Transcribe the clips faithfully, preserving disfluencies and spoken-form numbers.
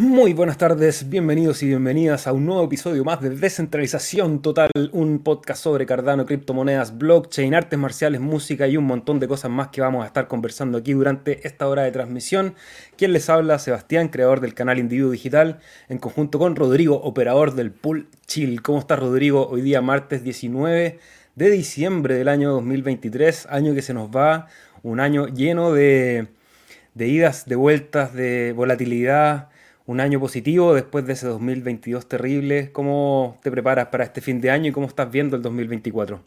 Muy buenas tardes, bienvenidos y bienvenidas a un nuevo episodio más de Descentralización Total, un podcast sobre Cardano, criptomonedas, blockchain, artes marciales, música y un montón de cosas más que vamos a estar conversando aquí durante esta hora de transmisión. Quien les habla, Sebastián, creador del canal Individuo Digital, en conjunto con Rodrigo, operador del Pool Chill. ¿Cómo estás, Rodrigo? Hoy día martes diecinueve de diciembre del año dos mil veintitrés, año que se nos va, un año lleno de, de idas, de vueltas, de volatilidad. Un año positivo después de ese dos mil veintidós terrible. ¿Cómo te preparas para este fin de año y cómo estás viendo el dos mil veinticuatro?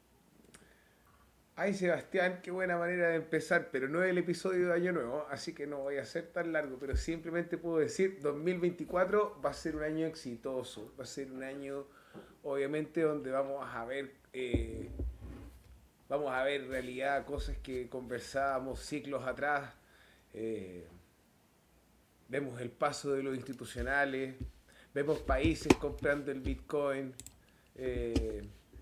Ay, Sebastián, qué buena manera de empezar, pero no es el episodio de Año Nuevo, así que no voy a ser tan largo, pero simplemente puedo decir, dos mil veinticuatro va a ser un año exitoso, va a ser un año, obviamente, donde vamos a ver, eh, vamos a ver en realidad cosas que conversábamos siglos atrás, eh, vemos el paso de los institucionales, vemos países comprando el Bitcoin, eh,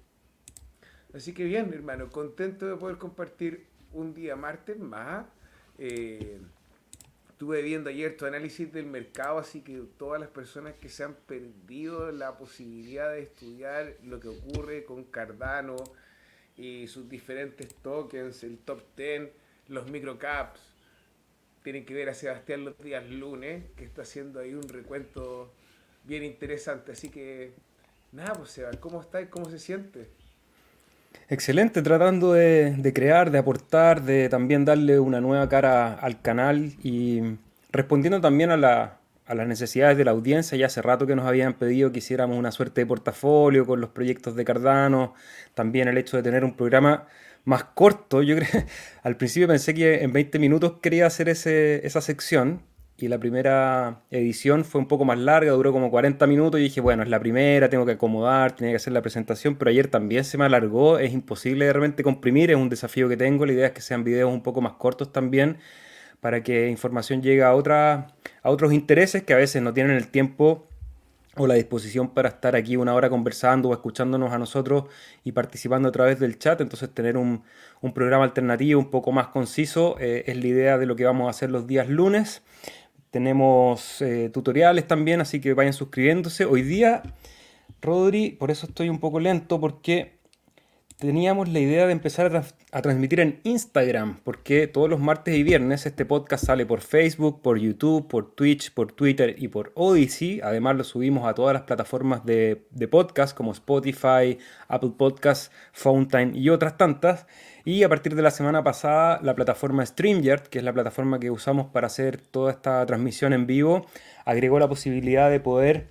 así que bien, hermano, contento de poder compartir un día martes más. Eh, Estuve viendo ayer tu análisis del mercado, así que todas las personas que se han perdido la posibilidad de estudiar lo que ocurre con Cardano y sus diferentes tokens, el top diez, los microcaps, tienen que ver a Sebastián los días lunes, que está haciendo ahí un recuento bien interesante. Así que, nada, pues Seba, ¿cómo está y cómo se siente? Excelente, tratando de, de crear, de aportar, de también darle una nueva cara al canal y respondiendo también a la- a las necesidades de la audiencia. Ya hace rato que nos habían pedido que hiciéramos una suerte de portafolio con los proyectos de Cardano, también el hecho de tener un programa más corto. Yo creo, al principio pensé que en veinte minutos quería hacer ese- esa sección y la primera edición fue un poco más larga, duró como cuarenta minutos y dije, bueno, es la primera, tengo que acomodar, tenía que hacer la presentación, pero ayer también se me alargó, es imposible de repente comprimir, es un desafío que tengo, la idea es que sean videos un poco más cortos también, para que información llegue a, otra, a otros intereses que a veces no tienen el tiempo o la disposición para estar aquí una hora conversando o escuchándonos a nosotros y participando a través del chat. Entonces tener un, un programa alternativo un poco más conciso eh, es la idea de lo que vamos a hacer los días lunes. Tenemos eh, tutoriales también, así que vayan suscribiéndose. Hoy día, Rodri, por eso estoy un poco lento, porque teníamos la idea de empezar a, trans- a transmitir en Instagram, porque todos los martes y viernes este podcast sale por Facebook, por YouTube, por Twitch, por Twitter y por Odyssey. Además lo subimos a todas las plataformas de, de podcast como Spotify, Apple Podcasts, Fountain y otras tantas. Y a partir de la semana pasada, la plataforma StreamYard, que es la plataforma que usamos para hacer toda esta transmisión en vivo, agregó la posibilidad de poder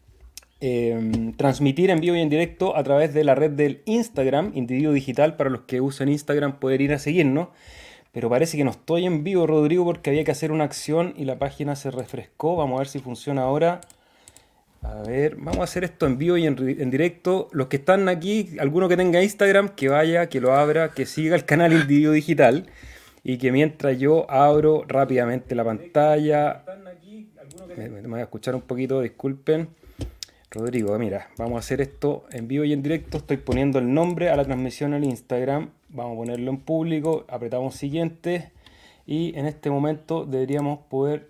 eh, transmitir en vivo y en directo a través de la red del Instagram, Individuo Digital, para los que usan Instagram poder ir a seguirnos. Pero parece que no estoy en vivo, Rodrigo, porque había que hacer una acción y la página se refrescó. Vamos a ver si funciona ahora. A ver, vamos a hacer esto en vivo y en, en directo. Los que están aquí, alguno que tenga Instagram, que vaya, que lo abra, que siga el canal Individuo Digital. Y que mientras yo abro rápidamente la pantalla, me, me voy a escuchar un poquito, disculpen. Rodrigo, mira, vamos a hacer esto en vivo y en directo. Estoy poniendo el nombre a la transmisión en Instagram. Vamos a ponerlo en público. Apretamos siguiente. Y en este momento deberíamos poder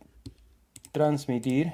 transmitir.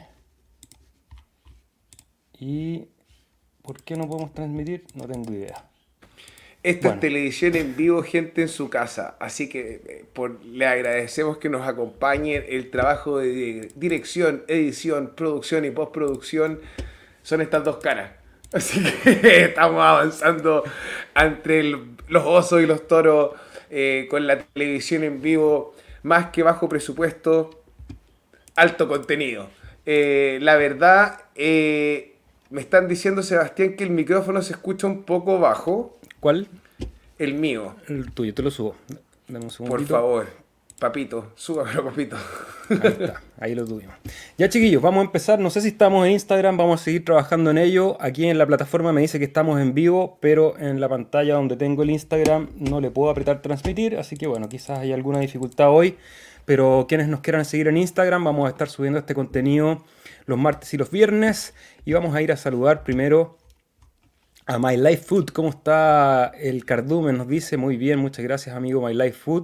¿Y por qué no podemos transmitir? No tengo idea. Esta es Bueno, televisión en vivo, gente en su casa. Así que eh, por, le agradecemos que nos acompañen. El trabajo de dirección, edición, producción y postproducción son estas dos caras. Así que estamos avanzando entre el- los osos y los toros eh, con la televisión en vivo, más que bajo presupuesto, alto contenido. Eh, la verdad, eh, me están diciendo, Sebastián, que el micrófono se escucha un poco bajo. ¿cuál? El mío. El tuyo, te lo subo. Dame un Por segundito. favor, papito, súbamelo, papito. Ahí está, ahí lo tuvimos. Ya chiquillos, vamos a empezar. No sé si estamos en Instagram, vamos a seguir trabajando en ello. Aquí en la plataforma me dice que estamos en vivo, pero en la pantalla donde tengo el Instagram no le puedo apretar transmitir, así que bueno, quizás hay alguna dificultad hoy. Pero quienes nos quieran seguir en Instagram, vamos a estar subiendo este contenido los martes y los viernes. Y vamos a ir a saludar primero a My Life Food. ¿Cómo está el cardumen? Nos dice muy bien, muchas gracias amigo My Life Food.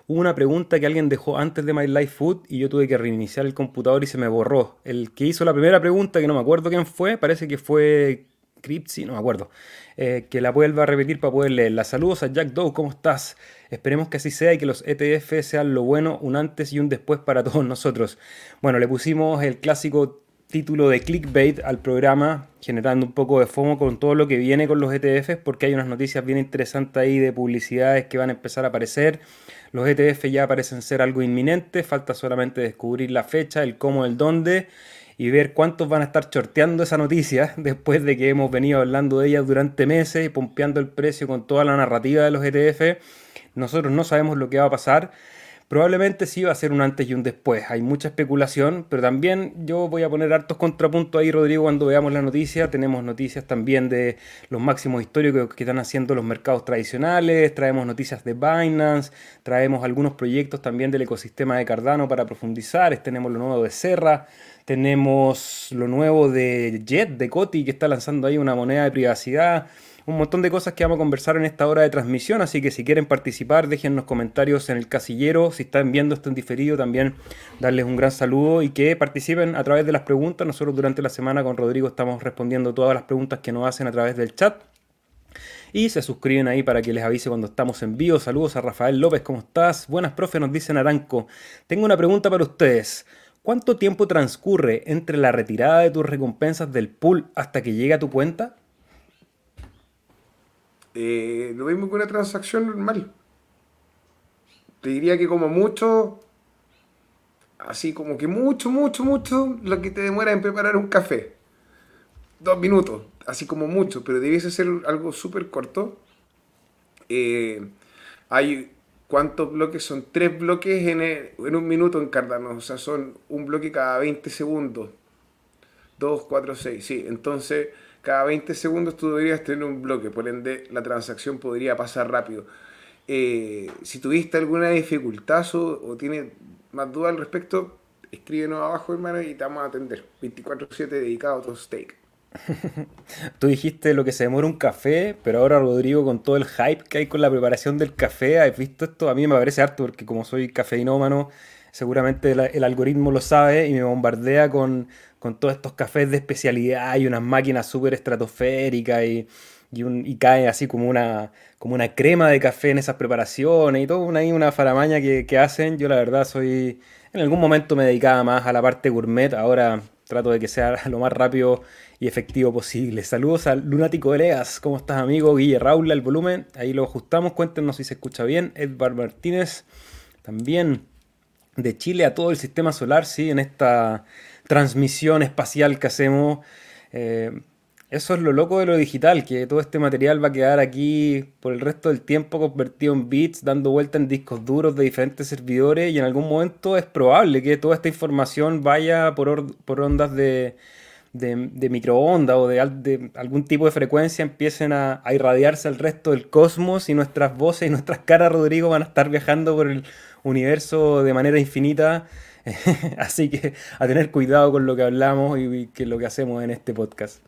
hubo una pregunta que alguien dejó antes de My Life Food y yo tuve que reiniciar el computador y se me borró. El que hizo la primera pregunta, que no me acuerdo quién fue, parece que fue Cripsy, no me acuerdo. Eh, que la vuelva a repetir para poder leerla. Saludos a Jack Doe, ¿cómo estás? Esperemos que así sea y que los E T F sean lo bueno, un antes y un después para todos nosotros. Bueno, le pusimos el clásico título de clickbait al programa, generando un poco de FOMO con todo lo que viene con los E T Fs, porque hay unas noticias bien interesantes ahí de publicidades que van a empezar a aparecer. Los E T F ya parecen ser algo inminente, falta solamente descubrir la fecha, el cómo, el dónde y ver cuántos van a estar shorteando esa noticia después de que hemos venido hablando de ellas durante meses y pompeando el precio con toda la narrativa de los E T F. Nosotros no sabemos lo que va a pasar. Probablemente sí va a ser un antes y un después. Hay mucha especulación, pero también yo voy a poner hartos contrapuntos ahí, Rodrigo, cuando veamos la noticia. Tenemos noticias también de los máximos históricos que están haciendo los mercados tradicionales. Traemos noticias de Binance. Traemos algunos proyectos también del ecosistema de Cardano para profundizar. Tenemos lo nuevo de Serra. Tenemos lo nuevo de Jet, de Coti, que está lanzando ahí una moneda de privacidad. Un montón de cosas que vamos a conversar en esta hora de transmisión, así que si quieren participar, déjennos comentarios en el casillero. Si están viendo esto en diferido, también darles un gran saludo y que participen a través de las preguntas. Nosotros durante la semana con Rodrigo estamos respondiendo todas las preguntas que nos hacen a través del chat. Y se suscriben ahí para que les avise cuando estamos en vivo. Saludos a Rafael López, ¿cómo estás? Buenas, profe, nos dice Naranco. Tengo una pregunta para ustedes. ¿Cuánto tiempo transcurre entre la retirada de tus recompensas del pool hasta que llegue a tu cuenta? Eh, lo mismo que una transacción normal. Te diría que como mucho, así como que mucho, mucho, mucho, lo que te demora en preparar un café. Dos minutos, así como mucho, pero debiese ser algo súper corto. Eh, hay, ¿cuántos bloques? Son tres bloques en, el- en un minuto en Cardano. O sea, son un bloque cada veinte segundos. Dos, cuatro, seis, sí. Entonces, cada veinte segundos tú deberías tener un bloque, por ende la transacción podría pasar rápido. Eh, si tuviste alguna dificultad o, o tienes más dudas al respecto, escríbenos abajo, hermano, y te vamos a atender. veinticuatro siete dedicado a tu stake. Tú dijiste lo que se demora un café, pero ahora Rodrigo, con todo el hype que hay con la preparación del café, ¿has visto esto? A mí me parece harto porque como soy cafeinómano, seguramente el, el algoritmo lo sabe y me bombardea con, con todos estos cafés de especialidad y unas máquinas súper estratosféricas y, y, un- y cae así como una, como una crema de café en esas preparaciones y todo una, ahí una faramaña que, que hacen. Yo la verdad soy, en algún momento me dedicaba más a la parte gourmet, ahora trato de que sea lo más rápido y efectivo posible. Saludos al Lunático Eleas. ¿Cómo estás, amigo? Guille Raula, el volumen. Ahí lo ajustamos. Cuéntenos si se escucha bien. Edvard Martínez. También de Chile a todo el sistema solar, sí, en esta transmisión espacial que hacemos. Eh, Eso es lo loco de lo digital, que todo este material va a quedar aquí por el resto del tiempo convertido en bits, dando vuelta en discos duros de diferentes servidores y en algún momento es probable que toda esta información vaya por, or- por ondas de, de, de microondas o de, al- de algún tipo de frecuencia, empiecen a, a irradiarse al resto del cosmos y nuestras voces y nuestras caras, Rodrigo, van a estar viajando por el universo de manera infinita. Así que a tener cuidado con lo que hablamos y, y que lo que hacemos en este podcast.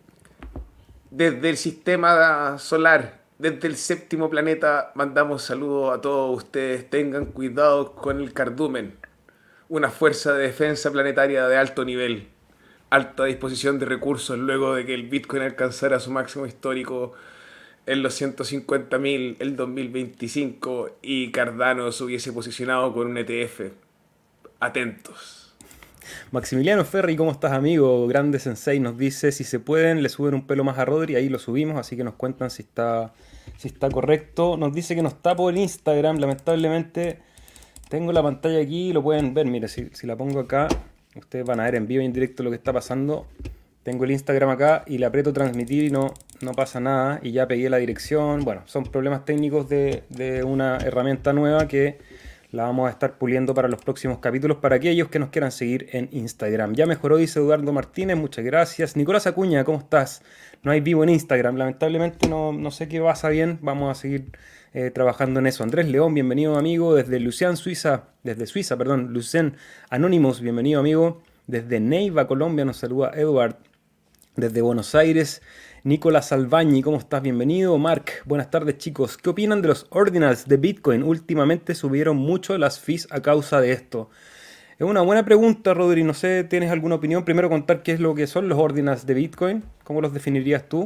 Desde el sistema solar, desde el séptimo planeta, mandamos saludos a todos ustedes. Tengan cuidado con el cardumen, una fuerza de defensa planetaria de alto nivel, alta disposición de recursos luego de que el Bitcoin alcanzara su máximo histórico en los ciento cincuenta mil el dos mil veinticinco y Cardano se hubiese posicionado con un E T F. Atentos. Maximiliano Ferri, ¿cómo estás, amigo? Grande Sensei nos dice, si se pueden, le suben un pelo más a Rodri, ahí lo subimos, así que nos cuentan si está, si está correcto. Nos dice que nos tapo el Instagram, lamentablemente tengo la pantalla aquí, lo pueden ver, mire, si, si la pongo acá, ustedes van a ver en vivo y en directo lo que está pasando. Tengo el Instagram acá y le aprieto transmitir y no, no pasa nada y ya pegué la dirección. Bueno, son problemas técnicos de, de una herramienta nueva que la vamos a estar puliendo para los próximos capítulos para aquellos que nos quieran seguir en Instagram. Ya mejoró, dice Eduardo Martínez, muchas gracias. Nicolás Acuña, ¿cómo estás? No hay vivo en Instagram, lamentablemente no, no sé qué pasa bien, vamos a seguir eh, trabajando en eso. Andrés León, bienvenido, amigo, desde Lucian, Suiza, desde Suiza, perdón, Lucen Anonymous, bienvenido, amigo. Desde Neiva, Colombia, nos saluda Edward. Desde Buenos Aires, Nicolás Salvañi, ¿cómo estás? Bienvenido. Mark, buenas tardes chicos. ¿Qué opinan de los ordinals de Bitcoin? Últimamente subieron mucho las fees a causa de esto. Es una buena pregunta, Rodri. No sé, ¿tienes alguna opinión? Primero contar qué es lo que son los ordinals de Bitcoin. ¿Cómo los definirías tú?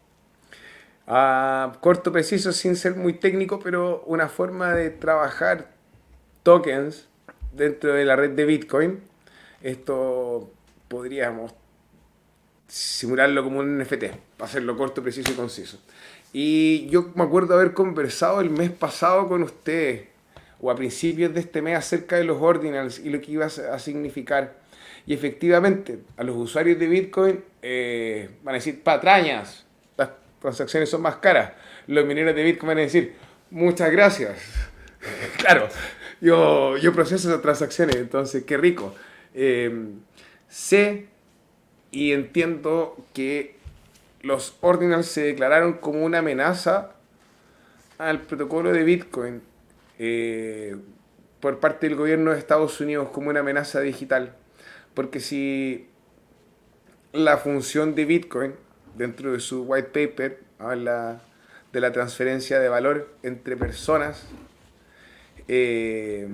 Ah, corto, preciso, sin ser muy técnico, pero una forma de trabajar tokens dentro de la red de Bitcoin. Esto podríamos simularlo como un N F T, para hacerlo corto, preciso y conciso. Y yo me acuerdo haber conversado el mes pasado con ustedes, o a principios de este mes, acerca de los ordinals y lo que iba a significar. Y efectivamente, a los usuarios de Bitcoin eh, van a decir patrañas, las transacciones son más caras. Los mineros de Bitcoin van a decir muchas gracias. Claro, yo, yo proceso esas transacciones, entonces qué rico. Eh, sé y entiendo que los ordinals se declararon como una amenaza al protocolo de Bitcoin eh, por parte del gobierno de Estados Unidos, como una amenaza digital. Porque si la función de Bitcoin, dentro de su white paper, habla de la transferencia de valor entre personas, eh,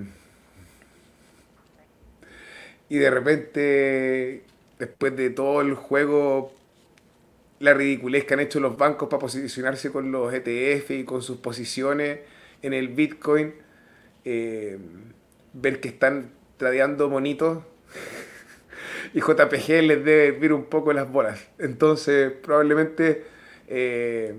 y de repente, después de todo el juego, la ridiculez que han hecho los bancos para posicionarse con los E T F y con sus posiciones en el Bitcoin, eh, ver que están tradeando monitos y J P G les debe vir un poco las bolas. Entonces, probablemente eh,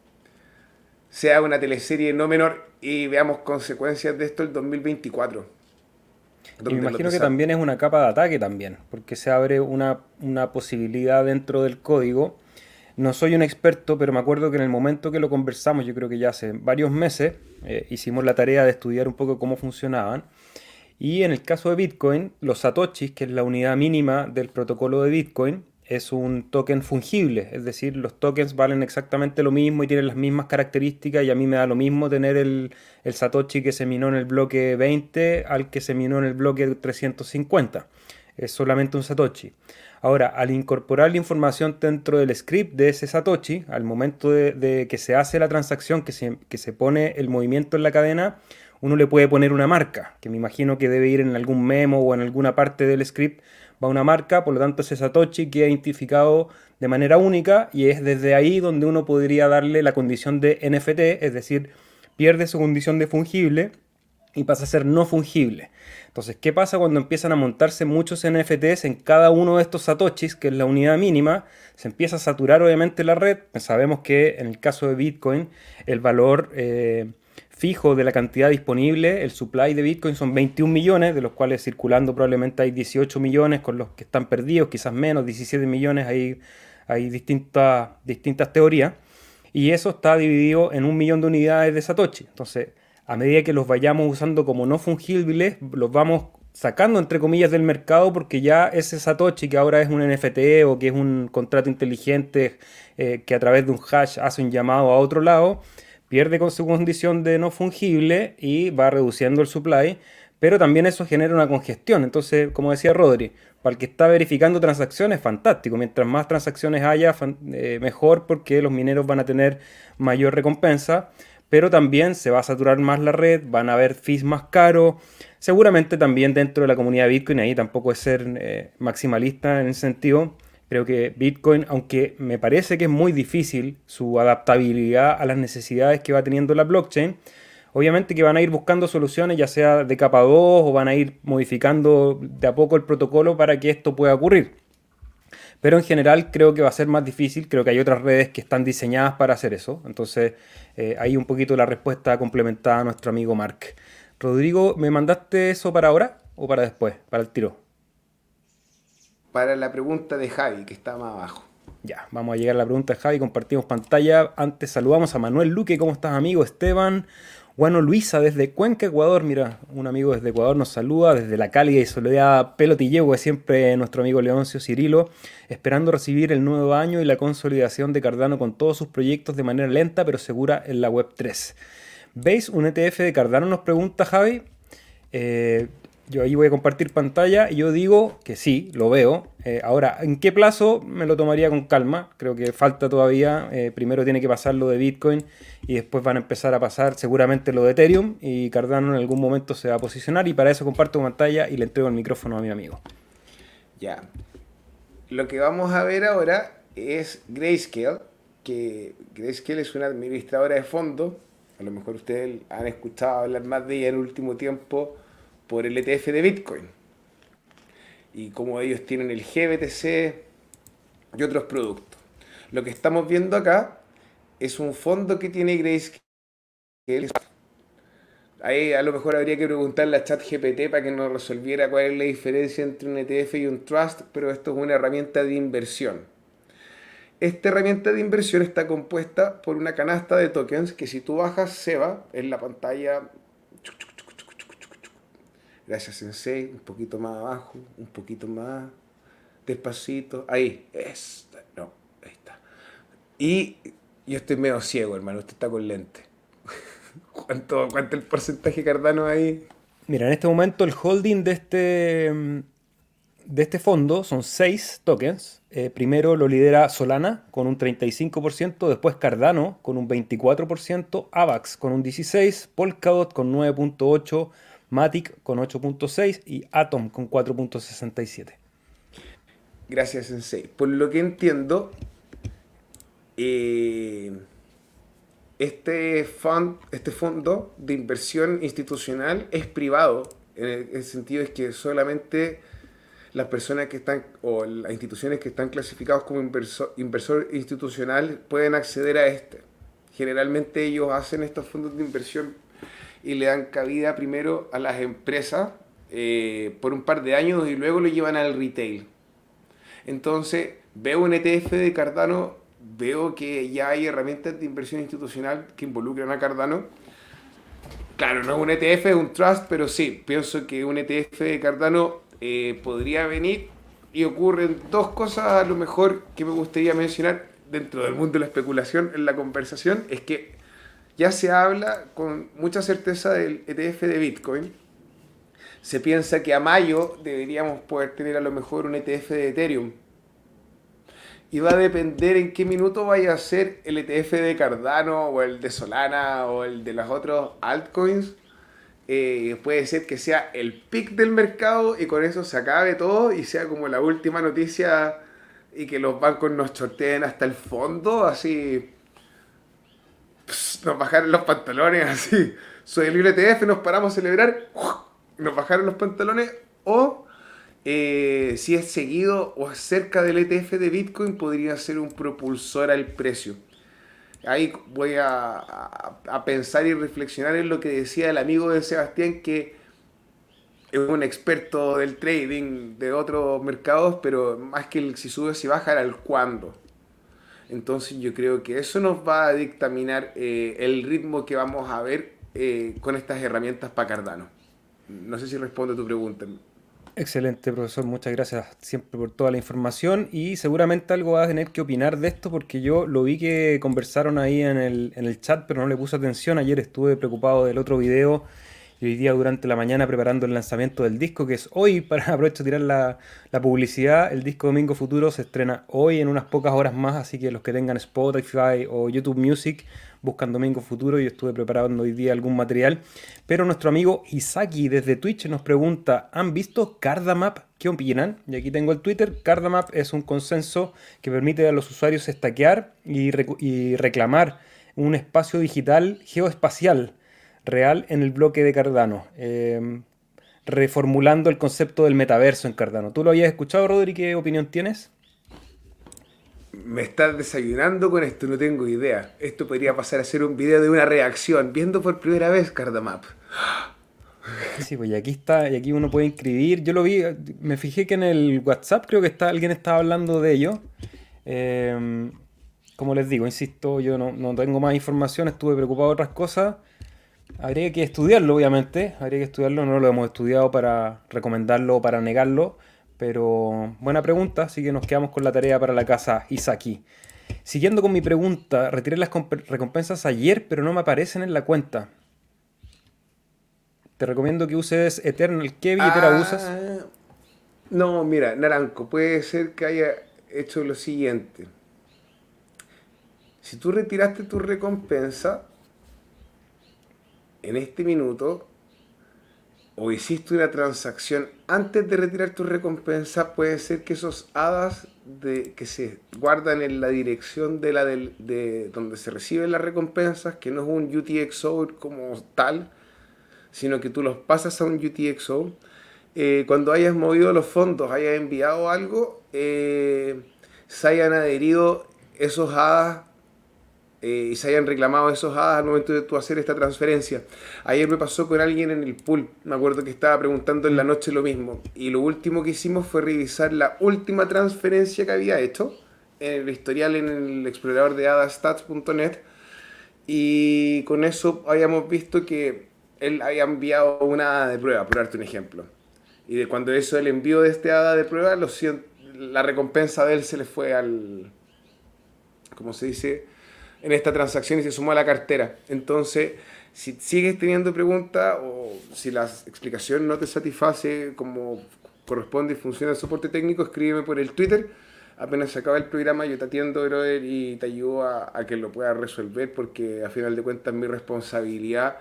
sea una teleserie no menor y veamos consecuencias de esto el dos mil veinticuatro. Y me imagino que también es una capa de ataque también, porque se abre una, una posibilidad dentro del código. No soy un experto, pero me acuerdo que en el momento que lo conversamos, yo creo que ya hace varios meses, eh, hicimos la tarea de estudiar un poco cómo funcionaban. Y en el caso de Bitcoin, los satoshis, que es la unidad mínima del protocolo de Bitcoin, es un token fungible, es decir, los tokens valen exactamente lo mismo y tienen las mismas características y a mí me da lo mismo tener el, el satoshi que se minó en el bloque veinte al que se minó en el bloque trescientos cincuenta. Es solamente un satoshi. Ahora, al incorporar la información dentro del script de ese satoshi, al momento de, de que se hace la transacción, que se, que se pone el movimiento en la cadena, uno le puede poner una marca, que me imagino que debe ir en algún memo o en alguna parte del script, va una marca, por lo tanto ese satoshi queda identificado de manera única y es desde ahí donde uno podría darle la condición de N F T, es decir, pierde su condición de fungible y pasa a ser no fungible. Entonces, ¿qué pasa cuando empiezan a montarse muchos N F Ts en cada uno de estos satoshis, que es la unidad mínima? Se empieza a saturar obviamente la red. Sabemos que en el caso de Bitcoin el valor eh, fijo de la cantidad disponible, el supply de Bitcoin son veintiún millones, de los cuales circulando probablemente hay dieciocho millones con los que están perdidos, quizás menos, diecisiete millones, hay, hay distintas, distintas teorías. Y eso está dividido en un millón de unidades de satoshi. Entonces, a medida que los vayamos usando como no fungibles, los vamos sacando entre comillas del mercado porque ya ese satoshi que ahora es un N F T o que es un contrato inteligente eh, que a través de un hash hace un llamado a otro lado, pierde con su condición de no fungible y va reduciendo el supply, pero también eso genera una congestión. Entonces, como decía Rodri, para el que está verificando transacciones, fantástico. Mientras más transacciones haya, eh, mejor porque los mineros van a tener mayor recompensa. Pero también se va a saturar más la red, van a haber fees más caros. Seguramente también dentro de la comunidad de Bitcoin, ahí tampoco es ser eh, maximalista en ese sentido. Creo que Bitcoin, aunque me parece que es muy difícil su adaptabilidad a las necesidades que va teniendo la blockchain, obviamente que van a ir buscando soluciones, ya sea de capa dos o van a ir modificando de a poco el protocolo para que esto pueda ocurrir. Pero en general creo que va a ser más difícil, creo que hay otras redes que están diseñadas para hacer eso. Entonces, eh, ahí un poquito la respuesta complementada a nuestro amigo Mark. Rodrigo, ¿me mandaste eso para ahora o para después, para el tiro? Para la pregunta de Javi, que está más abajo. Ya, vamos a llegar a la pregunta de Javi, compartimos pantalla. Antes saludamos a Manuel Luque, ¿cómo estás amigo? Esteban, Bueno Luisa desde Cuenca, Ecuador, mira, un amigo desde Ecuador nos saluda, desde la cálida y soleada Pelotillehue, siempre nuestro amigo Leoncio Cirilo, esperando recibir el nuevo año y la consolidación de Cardano con todos sus proyectos de manera lenta pero segura en la web tres. ¿Veis un E T F de Cardano? Nos pregunta Javi. Eh, Yo ahí voy a compartir pantalla y yo digo que sí, lo veo. Eh, ahora, ¿en qué plazo? Me lo tomaría con calma. Creo que falta todavía. Eh, primero tiene que pasar lo de Bitcoin y después van a empezar a pasar seguramente lo de Ethereum y Cardano en algún momento se va a posicionar y para eso comparto pantalla y le entrego el micrófono a mi amigo. Ya. Lo que vamos a ver ahora es Grayscale, que Grayscale es una administradora de fondos. A lo mejor ustedes han escuchado hablar más de ella en el último tiempo por el E T F de Bitcoin. Y como ellos tienen el G B T C y otros productos. Lo que estamos viendo acá es un fondo que tiene Grayscale. Ahí a lo mejor habría que preguntarle a ChatGPT para que nos resolviera cuál es la diferencia entre un E T F y un trust, pero esto es una herramienta de inversión. Esta herramienta de inversión está compuesta por una canasta de tokens que si tú bajas se va en la pantalla. Gracias, Sensei. Un poquito más abajo, un poquito más despacito. Ahí, esta, no, ahí está. Y yo estoy medio ciego, hermano. Usted está con lente. ¿Cuánto, cuánto el porcentaje Cardano ahí? Mira, en este momento el holding de este, de este fondo son seis tokens. Eh, primero lo lidera Solana con un treinta y cinco por ciento, después Cardano con un veinticuatro por ciento, Avax con un dieciséis por ciento, Polkadot con nueve punto ocho por ciento, Matic con ocho punto seis por ciento y Atom con cuatro punto sesenta y siete por ciento. Gracias, Sensei. Por lo que entiendo, eh, este, fund, este fondo de inversión institucional es privado. En el, en el sentido es que solamente las personas que están, o las instituciones que están clasificadas como inversor, inversor institucional pueden acceder a este. Generalmente ellos hacen estos fondos de inversión y le dan cabida primero a las empresas eh, por un par de años y luego lo llevan al retail. Entonces, veo un E T F de Cardano, veo que ya hay herramientas de inversión institucional que involucran a Cardano. Claro, no es un E T F, es un trust, pero sí, pienso que un E T F de Cardano eh, podría venir y ocurren dos cosas a lo mejor que me gustaría mencionar dentro del mundo de la especulación en la conversación. Es que ya se habla con mucha certeza del E T F de Bitcoin. Se piensa que a mayo deberíamos poder tener a lo mejor un E T F de Ethereum. Y va a depender en qué minuto vaya a ser el E T F de Cardano o el de Solana o el de las otras altcoins. Eh, puede ser que sea el pic del mercado y con eso se acabe todo y sea como la última noticia y que los bancos nos shorteen hasta el fondo, así pss, nos bajaron los pantalones, así soy el E T F, nos paramos a celebrar, nos bajaron los pantalones. O eh, si es seguido o cerca del E T F de Bitcoin, podría ser un propulsor al precio. Ahí voy a, a, a pensar y reflexionar en lo que decía el amigo de Sebastián, que es un experto del trading de otros mercados, pero más que el si sube, si baja, era el cuándo. Entonces yo creo que eso nos va a dictaminar eh, el ritmo que vamos a ver eh, con estas herramientas para Cardano. No sé si respondo a tu pregunta. Excelente, profesor. Muchas gracias siempre por toda la información y seguramente algo vas a tener que opinar de esto porque yo lo vi que conversaron ahí en el, en el chat, pero no le puse atención. Ayer estuve preocupado del otro video y hoy día durante la mañana preparando el lanzamiento del disco, que es hoy, para aprovecho de tirar la, la publicidad. El disco Domingo Futuro se estrena hoy en unas pocas horas más, así que los que tengan Spotify o YouTube Music buscan Domingo Futuro. Yo estuve preparando hoy día algún material. Pero nuestro amigo Isaki desde Twitch nos pregunta: ¿han visto Cardamap? ¿Qué opinan? Y aquí tengo el Twitter. Cardamap es un consenso que permite a los usuarios estaquear y, rec y reclamar un espacio digital geoespacial real en el bloque de Cardano, eh, reformulando el concepto del metaverso en Cardano. ¿Tú lo habías escuchado, Rodri? ¿Qué opinión tienes? Me estás desayunando con esto, no tengo idea. Esto podría pasar a ser un video de una reacción, viendo por primera vez Cardamap. Sí, pues y aquí está, y aquí uno puede inscribir. Yo lo vi, me fijé que en el WhatsApp creo que está, alguien estaba hablando de ello. Eh, como les digo, insisto, yo no, no tengo más información, estuve preocupado de otras cosas. Habría que estudiarlo, obviamente, habría que estudiarlo, no lo hemos estudiado para recomendarlo o para negarlo, pero buena pregunta, así que nos quedamos con la tarea para la casa Isaki. Siguiendo con mi pregunta, retiré las recompensas ayer, pero no me aparecen en la cuenta. Te recomiendo que uses Eternal. ¿Qué billetera usas? Ah, no, mira, Naranjo, puede ser que haya hecho lo siguiente. Si tú retiraste tu recompensa en este minuto o hiciste una transacción antes de retirar tu recompensa, puede ser que esos hadas de, que se guardan en la dirección de la del- de donde se reciben las recompensas, que no es un U T X O como tal, sino que tú los pasas a un U T X O, eh, cuando hayas movido los fondos, hayas enviado algo, eh, se hayan adherido esos hadas eh, y se hayan reclamado esos hadas al momento de tú hacer esta transferencia. Ayer me pasó con alguien en el pool, me acuerdo que estaba preguntando en la Mm. noche lo mismo, y lo último que hicimos fue revisar la última transferencia que había hecho en el historial en el explorador de hadastats punto net, y con eso habíamos visto que él había enviado una hada de prueba, por darte un ejemplo. Y de cuando hizo el envío de este hada de prueba, lo siento, la recompensa de él se le fue al, ¿cómo se dice? En esta transacción y se sumó a la cartera. Entonces, si sigues teniendo preguntas o si la explicación no te satisface como corresponde y funciona el soporte técnico, escríbeme por el Twitter. Apenas se acaba el programa, yo te atiendo, brother, y te ayudo a, a que lo puedas resolver porque a final de cuentas mi responsabilidad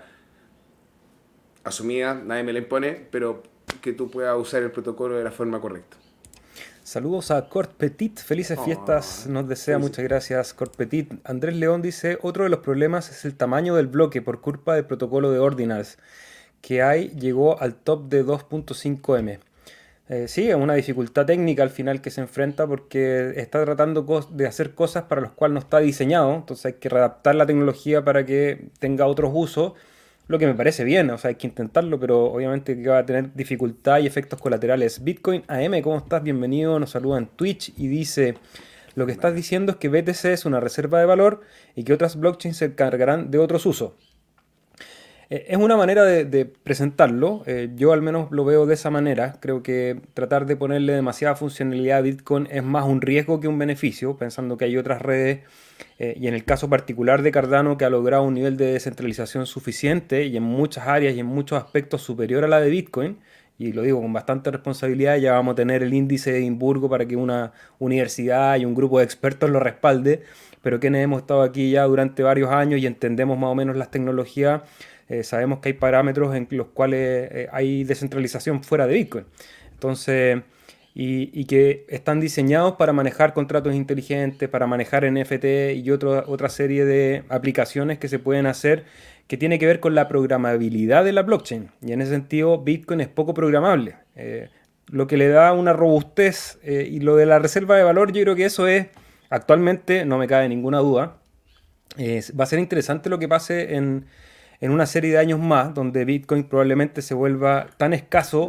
asumida, nadie me la impone, pero que tú puedas usar el protocolo de la forma correcta. Saludos a Cort Petit, felices Oh, fiestas, nos desea, felicidades. muchas gracias Cort Petit. Andrés León dice, otro de los problemas es el tamaño del bloque por culpa del protocolo de Ordinals que hay llegó al top de dos punto cinco eme. Eh, sí, es una dificultad técnica al final que se enfrenta porque está tratando de hacer cosas para las cuales no está diseñado, entonces hay que readaptar la tecnología para que tenga otros usos, lo que me parece bien, o sea, hay que intentarlo, pero obviamente que va a tener dificultad y efectos colaterales. Bitcoin A M, ¿cómo estás? Bienvenido, nos saluda en Twitch y dice, lo que estás Buena. diciendo es que B T C es una reserva de valor y que otras blockchains se encargarán de otros usos. Eh, Es una manera de, de presentarlo, eh, yo al menos lo veo de esa manera, creo que tratar de ponerle demasiada funcionalidad a Bitcoin es más un riesgo que un beneficio, pensando que hay otras redes, eh, y en el caso particular de Cardano que ha logrado un nivel de descentralización suficiente y en muchas áreas y en muchos aspectos superior a la de Bitcoin, y lo digo con bastante responsabilidad, ya vamos a tener el índice de Edimburgo para que una universidad y un grupo de expertos lo respalde, pero quienes hemos estado aquí ya durante varios años y entendemos más o menos las tecnologías, eh, sabemos que hay parámetros en los cuales eh, hay descentralización fuera de Bitcoin. Entonces, y, y que están diseñados para manejar contratos inteligentes, para manejar N F T y otro- otra serie de aplicaciones que se pueden hacer que tiene que ver con la programabilidad de la blockchain. Y en ese sentido, Bitcoin es poco programable. Eh, lo que le da una robustez, eh, y lo de la reserva de valor, yo creo que eso es, actualmente, no me cabe ninguna duda, eh, va a ser interesante lo que pase en, en una serie de años más, donde Bitcoin probablemente se vuelva tan escaso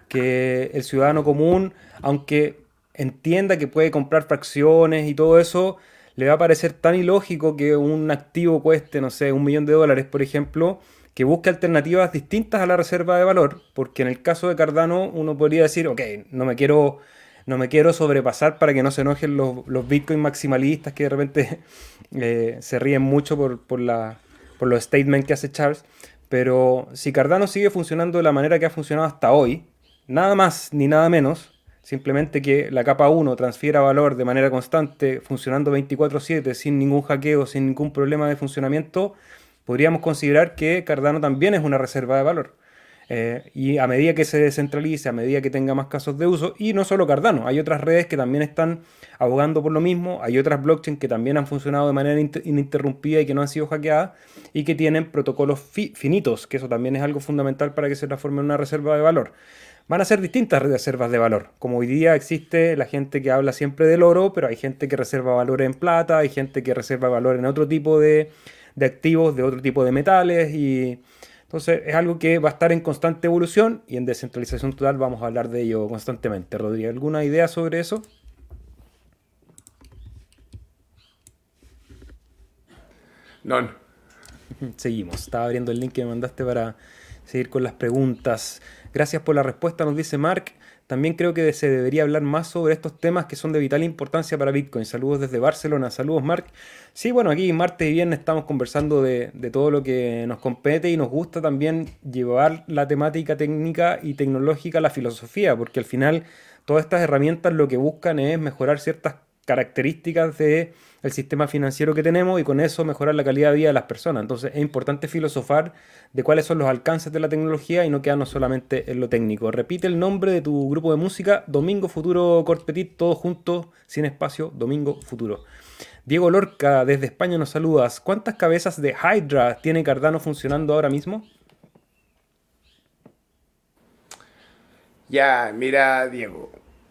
que el ciudadano común, aunque entienda que puede comprar fracciones y todo eso, le va a parecer tan ilógico que un activo cueste, no sé, un millón de dólares, por ejemplo, que busque alternativas distintas a la reserva de valor, porque en el caso de Cardano uno podría decir, ok, no me quiero, no me quiero sobrepasar para que no se enojen los, los Bitcoin maximalistas que de repente eh, se ríen mucho por, por, la, por los statements que hace Charles, pero si Cardano sigue funcionando de la manera que ha funcionado hasta hoy, nada más ni nada menos, simplemente que la capa uno transfiera valor de manera constante, funcionando veinticuatro siete, sin ningún hackeo, sin ningún problema de funcionamiento, podríamos considerar que Cardano también es una reserva de valor. Eh, y a medida que se descentralice, a medida que tenga más casos de uso, y no solo Cardano, hay otras redes que también están abogando por lo mismo, hay otras blockchains que también han funcionado de manera ininterrumpida y que no han sido hackeadas y que tienen protocolos fi finitos, que eso también es algo fundamental para que se transforme en una reserva de valor. Van a ser distintas reservas de valor. Como hoy día existe la gente que habla siempre del oro, pero hay gente que reserva valor en plata, hay gente que reserva valor en otro tipo de, de activos, de otro tipo de metales y entonces es algo que va a estar en constante evolución y en descentralización total vamos a hablar de ello constantemente. Rodrigo, ¿alguna idea sobre eso? No, Seguimos. Estaba abriendo el link que me mandaste para seguir con las preguntas. Gracias por la respuesta, nos dice Mark. También creo que se debería hablar más sobre estos temas que son de vital importancia para Bitcoin. Saludos desde Barcelona. Saludos, Mark. Sí, bueno, aquí martes y viernes estamos conversando de, de todo lo que nos compete y nos gusta también llevar la temática técnica y tecnológica a la filosofía, porque al final todas estas herramientas lo que buscan es mejorar ciertas características del sistema financiero que tenemos y con eso mejorar la calidad de vida de las personas. Entonces es importante filosofar de cuáles son los alcances de la tecnología y no quedarnos solamente en lo técnico. Repite el nombre de tu grupo de música, Domingo Futuro Corpetit, todos juntos, sin espacio, Domingo Futuro. Diego Lorca, desde España nos saludas. ¿Cuántas cabezas de Hydra tiene Cardano funcionando ahora mismo? Ya, mira, Diego,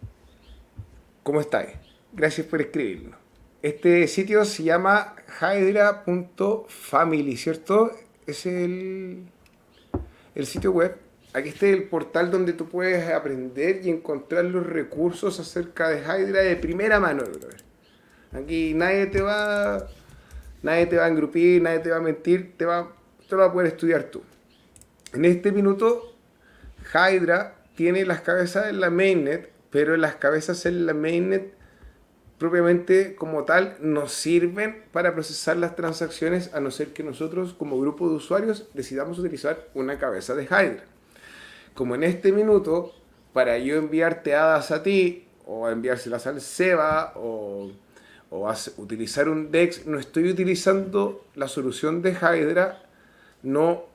¿cómo estáis? Gracias por escribirnos. Este sitio se llama hydra punto family, ¿cierto? Es el, el sitio web. Aquí está el portal donde tú puedes aprender y encontrar los recursos acerca de Hydra de primera mano, brother. Aquí nadie te va, nadie te va a engrupir, nadie te va a mentir, te va, te lo vas a poder estudiar tú. En este minuto, Hydra tiene las cabezas en la mainnet, pero las cabezas en la mainnet propiamente como tal no sirven para procesar las transacciones a no ser que nosotros como grupo de usuarios decidamos utilizar una cabeza de Hydra. Como en este minuto, para yo enviarte hadas a ti o enviárselas al Seba o, o a, utilizar un DEX, no estoy utilizando la solución de Hydra, no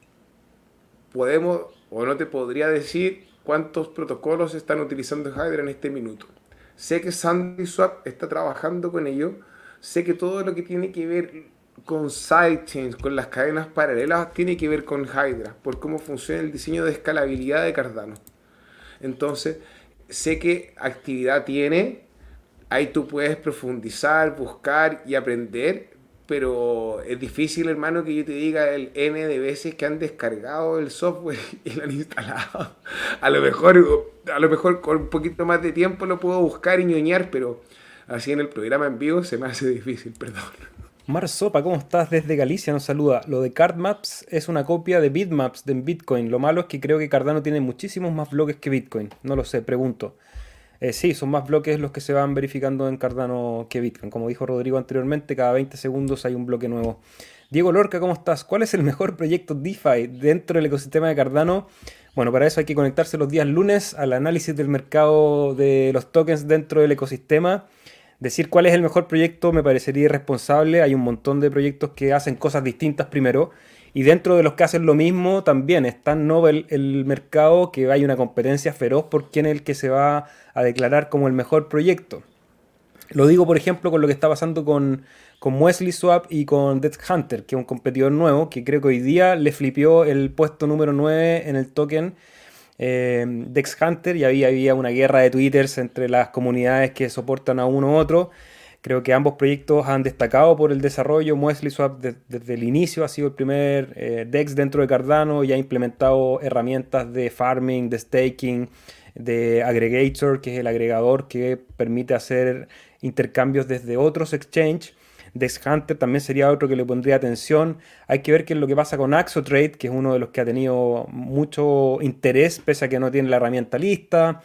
podemos o no te podría decir cuántos protocolos están utilizando Hydra en este minuto. Sé que SandySwap está trabajando con ello. Sé que todo lo que tiene que ver con sidechains, con las cadenas paralelas, tiene que ver con Hydra, por cómo funciona el diseño de escalabilidad de Cardano. Entonces, sé qué actividad tiene. Ahí tú puedes profundizar, buscar y aprender. Pero es difícil, hermano, que yo te diga el N de veces que han descargado el software y lo han instalado. A lo mejor, a lo mejor con un poquito más de tiempo lo puedo buscar y ñoñar, pero así en el programa en vivo se me hace difícil, perdón. Mar Sopa, ¿cómo estás? Desde Galicia nos saluda. Lo de CardMaps es una copia de Bitmaps de Bitcoin. Lo malo es que creo que Cardano tiene muchísimos más bloques que Bitcoin. No lo sé, pregunto. Eh, sí, son más bloques los que se van verificando en Cardano que Bitcoin. Como dijo Rodrigo anteriormente, cada veinte segundos hay un bloque nuevo. Diego Lorca, ¿cómo estás? ¿Cuál es el mejor proyecto DeFi dentro del ecosistema de Cardano? Bueno, para eso hay que conectarse los días lunes al análisis del mercado de los tokens dentro del ecosistema. Decir cuál es el mejor proyecto me parecería irresponsable. Hay un montón de proyectos que hacen cosas distintas primero. Y dentro de los que hacen lo mismo también es tan novel el mercado que hay una competencia feroz por quién es el que se va a declarar como el mejor proyecto. Lo digo, por ejemplo, con lo que está pasando con, con Wesley Swap y con Death Hunter, que es un competidor nuevo, que creo que hoy día le flipió el puesto número nueve en el token eh, Dex Hunter, y había, había una guerra de twitters entre las comunidades que soportan a uno u otro. Creo que ambos proyectos han destacado por el desarrollo. Wesley Swap de, desde el inicio ha sido el primer eh, DEX dentro de Cardano y ha implementado herramientas de farming, de staking, de aggregator, que es el agregador que permite hacer intercambios desde otros exchanges. Dex Hunter también sería otro que le pondría atención. Hay que ver qué es lo que pasa con Axotrade, que es uno de los que ha tenido mucho interés, pese a que no tiene la herramienta lista.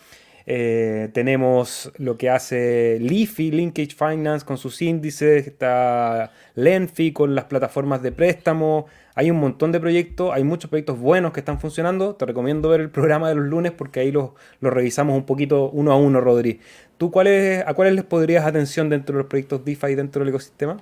Eh, tenemos lo que hace Leafy, Linkage Finance con sus índices, está Lenfi con las plataformas de préstamo. Hay un montón de proyectos, hay muchos proyectos buenos que están funcionando. Te recomiendo ver el programa de los lunes porque ahí los, los revisamos un poquito uno a uno, Rodri. ¿Tú cuáles, a cuáles les podrías atención dentro de los proyectos DeFi dentro del ecosistema?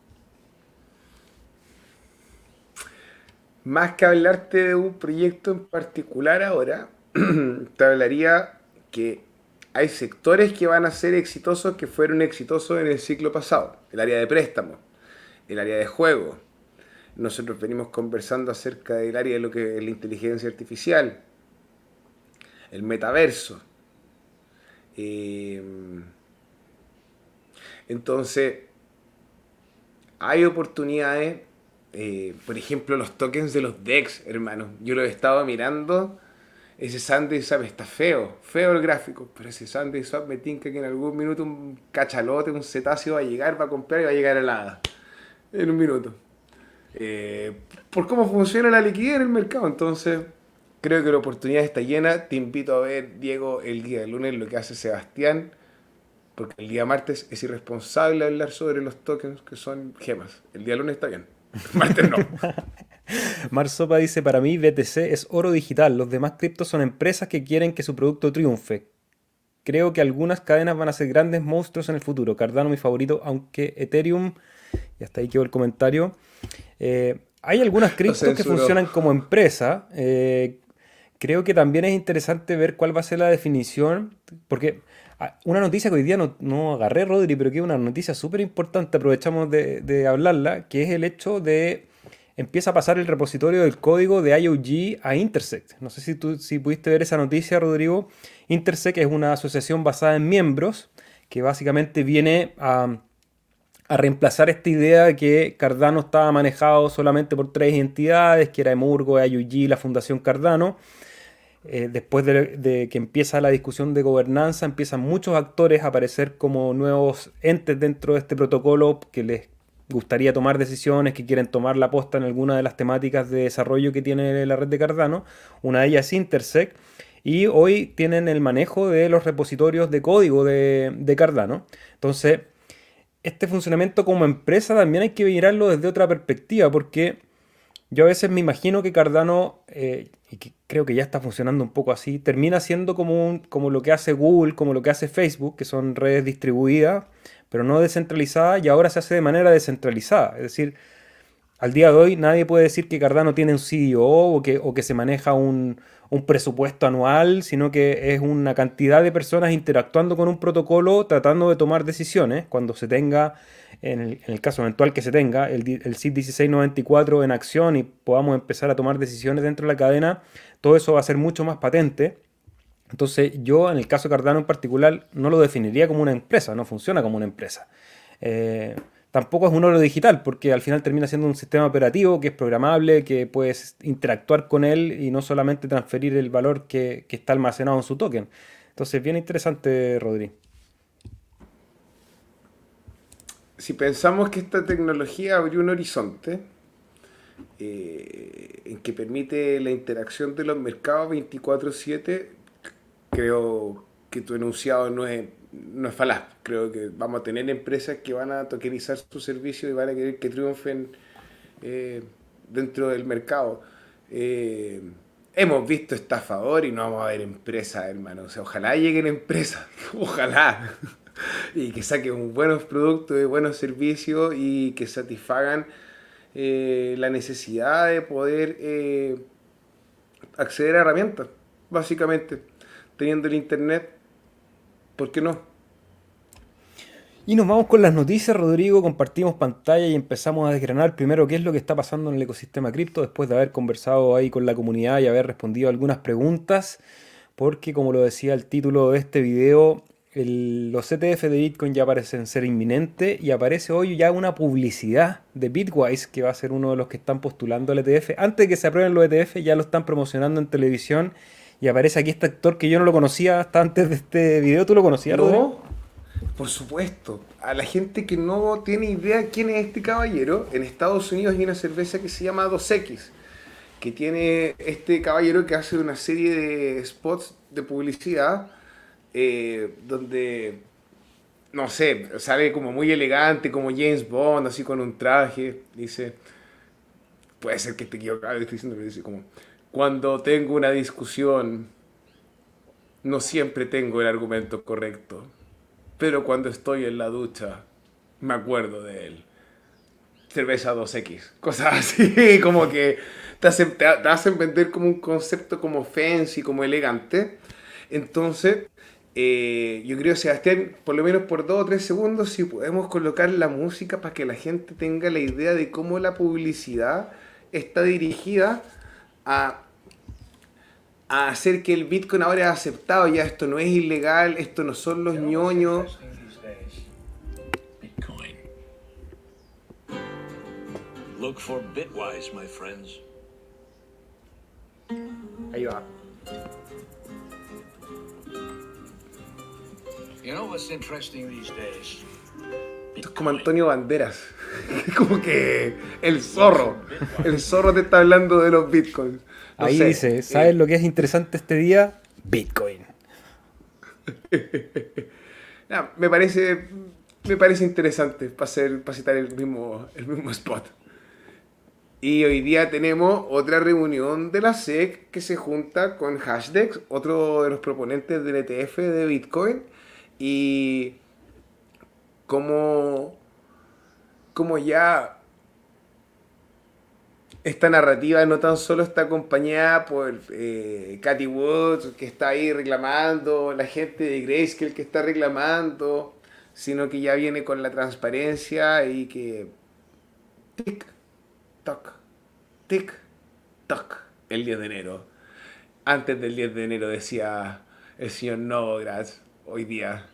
Más que hablarte de un proyecto en particular ahora, te hablaría que hay sectores que van a ser exitosos que fueron exitosos en el ciclo pasado. El área de préstamo, el área de juego. Nosotros venimos conversando acerca del área de lo que es la inteligencia artificial, el metaverso. Eh, entonces, hay oportunidades, eh, por ejemplo, los tokens de los DEX, hermano. Yo lo he estado mirando. Ese SandySwap está feo, feo el gráfico, pero ese SandySwap me tinca que en algún minuto un cachalote, un cetáceo va a llegar, va a comprar y va a llegar helada. En un minuto. eh, por cómo funciona la liquidez en el mercado. Entonces, creo que la oportunidad está llena. Te invito a ver, Diego, el día lunes lo que hace Sebastián, porque el día martes es irresponsable hablar sobre los tokens que son gemas. El día lunes está bien, martes no. Marsopa dice, para mí B T C es oro digital, los demás criptos son empresas que quieren que su producto triunfe. Creo que algunas cadenas van a ser grandes monstruos en el futuro. Cardano mi favorito, aunque Ethereum, y hasta ahí quedó el comentario. Eh, hay algunas Lo criptos que censuró. funcionan como empresa. Eh, creo que también es interesante ver cuál va a ser la definición, porque ah, una noticia que hoy día no, no agarré, Rodri, pero que es una noticia súper importante, aprovechamos de, de hablarla, que es el hecho de empieza a pasar el repositorio del código de I O G a Intersect. No sé si tú si pudiste ver esa noticia, Rodrigo. Intersect es una asociación basada en miembros que básicamente viene a, a reemplazar esta idea de que Cardano estaba manejado solamente por tres entidades, que era Emurgo, I O G y la Fundación Cardano. Eh, después de, de que empieza la discusión de gobernanza, empiezan muchos actores a aparecer como nuevos entes dentro de este protocolo que les gustaría tomar decisiones, que quieren tomar la posta en alguna de las temáticas de desarrollo que tiene la red de Cardano. Una de ellas es Intersect. Y hoy tienen el manejo de los repositorios de código de, de Cardano. Entonces, este funcionamiento como empresa también hay que mirarlo desde otra perspectiva, porque yo a veces me imagino que Cardano, eh, y que creo que ya está funcionando un poco así, termina siendo como, un- como lo que hace Google, como lo que hace Facebook, que son redes distribuidas, pero no descentralizadas, y ahora se hace de manera descentralizada. Es decir, al día de hoy nadie puede decir que Cardano tiene un C E O o que, o que se maneja un, un presupuesto anual, sino que es una cantidad de personas interactuando con un protocolo tratando de tomar decisiones cuando se tenga, en el, en el caso eventual que se tenga, el, di- el S I P dieciséis noventa y cuatro en acción y podamos empezar a tomar decisiones dentro de la cadena, todo eso va a ser mucho más patente. Entonces yo en el caso de Cardano en particular no lo definiría como una empresa, no funciona como una empresa. Eh, Tampoco es un oro digital porque al final termina siendo un sistema operativo que es programable, que puedes interactuar con él y no solamente transferir el valor que, que está almacenado en su token. Entonces bien interesante, Rodri. Si pensamos que esta tecnología abrió un horizonte eh, en que permite la interacción de los mercados veinticuatro siete, creo que tu enunciado no es, no es falaz. Creo que vamos a tener empresas que van a tokenizar su servicio y van a querer que triunfen eh, dentro del mercado. Eh, Hemos visto estafador y no vamos a ver empresas, hermano. O sea, ojalá lleguen empresas, ojalá. Y que saquen buenos productos y buenos servicios y que satisfagan eh, la necesidad de poder eh, acceder a herramientas, básicamente. Teniendo el internet, ¿por qué no? Y nos vamos con las noticias, Rodrigo, compartimos pantalla y empezamos a desgranar primero qué es lo que está pasando en el ecosistema cripto después de haber conversado ahí con la comunidad y haber respondido algunas preguntas, porque como lo decía el título de este video, el- los E T F de Bitcoin ya parecen ser inminentes y aparece hoy ya una publicidad de Bitwise, que va a ser uno de los que están postulando al E T F. Antes de que se aprueben los E T F, ya lo están promocionando en televisión y aparece aquí este actor que yo no lo conocía hasta antes de este video. ¿Tú lo conocías, Rodrigo? No, por supuesto. A la gente que no tiene idea quién es este caballero, en Estados Unidos hay una cerveza que se llama dos equis, que tiene este caballero que hace una serie de spots de publicidad eh, donde, no sé, sale como muy elegante, como James Bond, así con un traje. Dice, puede ser que esté equivocado, estoy diciendo, pero dice como, cuando tengo una discusión, no siempre tengo el argumento correcto, pero cuando estoy en la ducha, me acuerdo de él. Cerveza dos equis, cosas así, como que te hacen, te, te hacen vender como un concepto como fancy, como elegante. Entonces, eh, yo creo, Sebastián, por lo menos por dos o tres segundos, si podemos colocar la música para que la gente tenga la idea de cómo la publicidad está dirigida a, a hacer que el Bitcoin ahora es aceptado, ya esto no es ilegal, esto no son los ñoños. Look for Bitwise, my friends. Ahí va. You know what's interesting these days? Esto es como Antonio Banderas. Como que el zorro, el zorro te está hablando de los bitcoins. No Ahí sé, dice, ¿sabes eh, lo que es interesante este día? Bitcoin. nah, me parece, me parece interesante para hacer, para citar el mismo, el mismo spot. Y hoy día tenemos otra reunión de la S E C que se junta con Hashdex, otro de los proponentes del E T F de Bitcoin. Y como, como ya esta narrativa no tan solo está acompañada por eh, Cathy Wood, que está ahí reclamando, la gente de Grayscale que está reclamando, sino que ya viene con la transparencia y que tic, toc, tic, toc, el diez de enero. Antes del diez de enero decía el señor Novogratz, hoy día,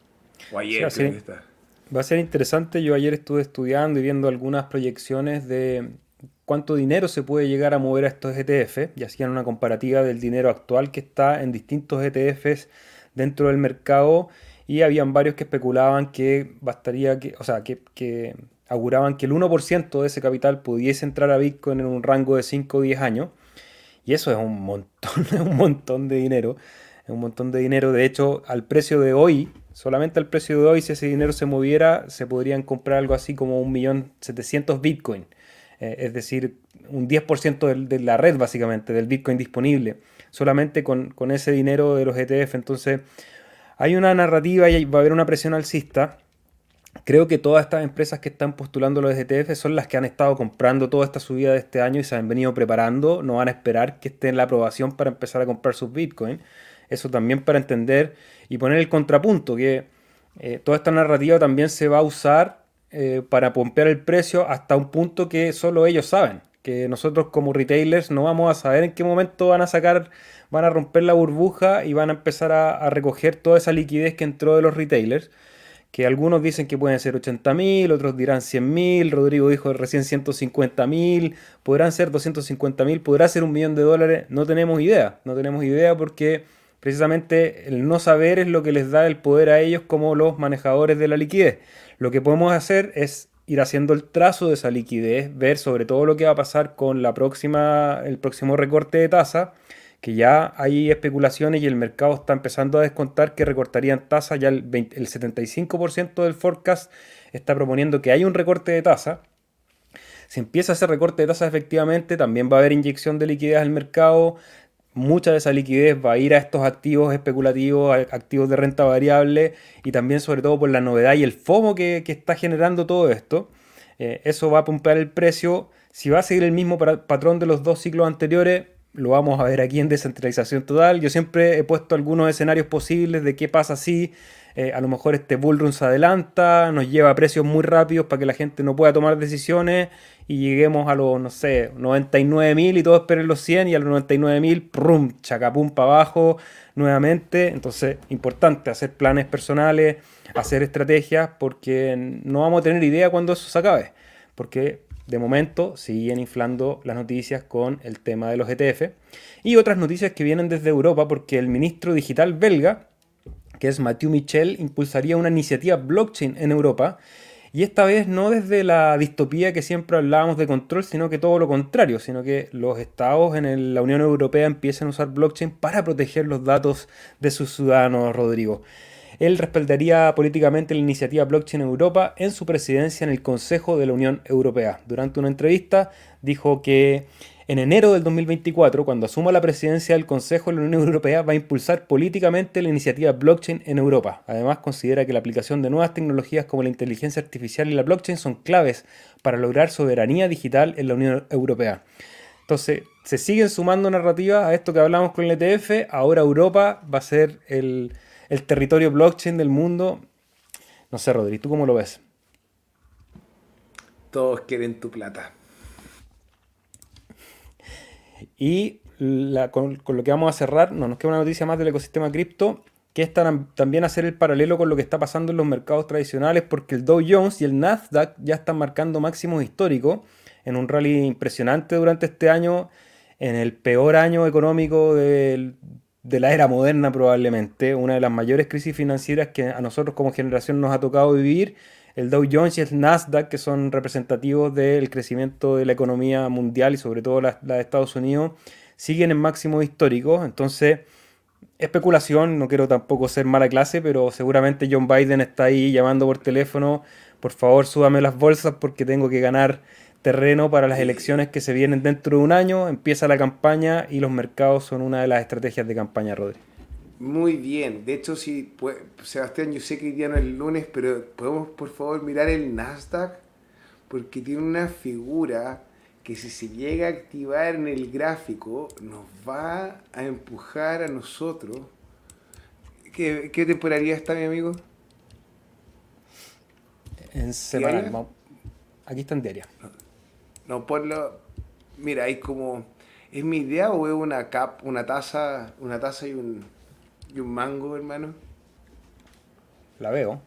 o Sí, va ayer a creo que ser, está. va a ser interesante. Yo ayer estuve estudiando y viendo algunas proyecciones de cuánto dinero se puede llegar a mover a estos E T F y hacían una comparativa del dinero actual que está en distintos E T Fs dentro del mercado y habían varios que especulaban que bastaría que, o sea, que, que auguraban que el uno por ciento de ese capital pudiese entrar a Bitcoin en un rango de cinco o diez años. Y eso es un montón, es un montón de dinero. Es un montón de dinero. De hecho, al precio de hoy, solamente al precio de hoy, si ese dinero se moviera, se podrían comprar algo así como un millón setecientos Bitcoin. Eh, es decir, un diez por ciento del- de la red, básicamente, del Bitcoin disponible. Solamente con, con ese dinero de los E T F. Entonces, hay una narrativa y va a haber una presión alcista. Creo que todas estas empresas que están postulando los E T F son las que han estado comprando toda esta subida de este año y se han venido preparando. No van a esperar que esté en la aprobación para empezar a comprar sus Bitcoin. Eso también para entender y poner el contrapunto, que eh, toda esta narrativa también se va a usar eh, para pompear el precio hasta un punto que solo ellos saben. Que nosotros como retailers no vamos a saber en qué momento van a sacar, van a romper la burbuja y van a empezar a, a recoger toda esa liquidez que entró de los retailers que algunos dicen que pueden ser ochenta mil, otros dirán cien mil, Rodrigo dijo recién ciento cincuenta mil, podrán ser doscientos cincuenta mil, podrá ser un millón de dólares, no tenemos idea, no tenemos idea porque precisamente el no saber es lo que les da el poder a ellos como los manejadores de la liquidez. Lo que podemos hacer es ir haciendo el trazo de esa liquidez, ver sobre todo lo que va a pasar con la próxima, el próximo recorte de tasa, que ya hay especulaciones y el mercado está empezando a descontar que recortarían tasa, ya el, veinte el setenta y cinco por ciento del forecast está proponiendo que hay un recorte de tasa. Si empieza ese recorte de tasa efectivamente, también va a haber inyección de liquidez al mercado. Mucha de esa liquidez va a ir a estos activos especulativos, a activos de renta variable y también sobre todo por la novedad y el FOMO que, que está generando todo esto. Eh, eso va a pumpear el precio. Si va a seguir el mismo patrón de los dos ciclos anteriores, lo vamos a ver aquí en descentralización total. Yo siempre he puesto algunos escenarios posibles de qué pasa si eh, a lo mejor este bullrun se adelanta, nos lleva a precios muy rápidos para que la gente no pueda tomar decisiones y lleguemos a los, no sé, noventa y nueve mil y todos esperen los cien y a los noventa y nueve mil, prum, chacapum para abajo nuevamente. Entonces, importante hacer planes personales, hacer estrategias porque no vamos a tener idea cuándo eso se acabe. Porque de momento siguen inflando las noticias con el tema de los E T F y otras noticias que vienen desde Europa porque el ministro digital belga, que es Mathieu Michel, impulsaría una iniciativa blockchain en Europa y esta vez no desde la distopía que siempre hablábamos de control, sino que todo lo contrario, sino que los estados en el- la Unión Europea empiezan a usar blockchain para proteger los datos de sus ciudadanos, Rodrigo. Él respaldaría políticamente la iniciativa Blockchain Europa en su presidencia en el Consejo de la Unión Europea. Durante una entrevista dijo que en enero del dos mil veinticuatro, cuando asuma la presidencia del Consejo de la Unión Europea, va a impulsar políticamente la iniciativa Blockchain en Europa. Además, considera que la aplicación de nuevas tecnologías como la inteligencia artificial y la blockchain son claves para lograr soberanía digital en la Unión Europea. Entonces, se siguen sumando narrativas a esto que hablamos con el E T F. Ahora Europa va a ser el, el territorio blockchain del mundo. No sé, Rodri, ¿tú cómo lo ves? Todos quieren tu plata. Y la- con, con lo que vamos a cerrar, no nos queda una noticia más del ecosistema cripto, que es tam- también hacer el paralelo con lo que está pasando en los mercados tradicionales, porque el Dow Jones y el Nasdaq ya están marcando máximos históricos en un rally impresionante durante este año, en el peor año económico del- de la era moderna probablemente, una de las mayores crisis financieras que a nosotros como generación nos ha tocado vivir. el Dow Jones y el Nasdaq, que son representativos del crecimiento de la economía mundial y sobre todo la, la de Estados Unidos, siguen en máximos históricos. Entonces, especulación, no quiero tampoco ser mala clase, pero seguramente John Biden está ahí llamando por teléfono, por favor súbame las bolsas porque tengo que ganar terreno para las elecciones que se vienen dentro de un año, empieza la campaña y los mercados son una de las estrategias de campaña, Rodri. Muy bien. De hecho, si pue- Sebastián, yo sé que hoy día no es el lunes, pero podemos por favor mirar el Nasdaq porque tiene una figura que si se llega a activar en el gráfico nos va a empujar a nosotros. ¿Qué, qué temporalidad está, mi amigo? En semanal, ¿Diaria? vamos- aquí está en diaria. No, ponlo. Mira, hay como. ¿Es mi idea o es una cap, una taza, una taza y un, y un mango, hermano? La veo.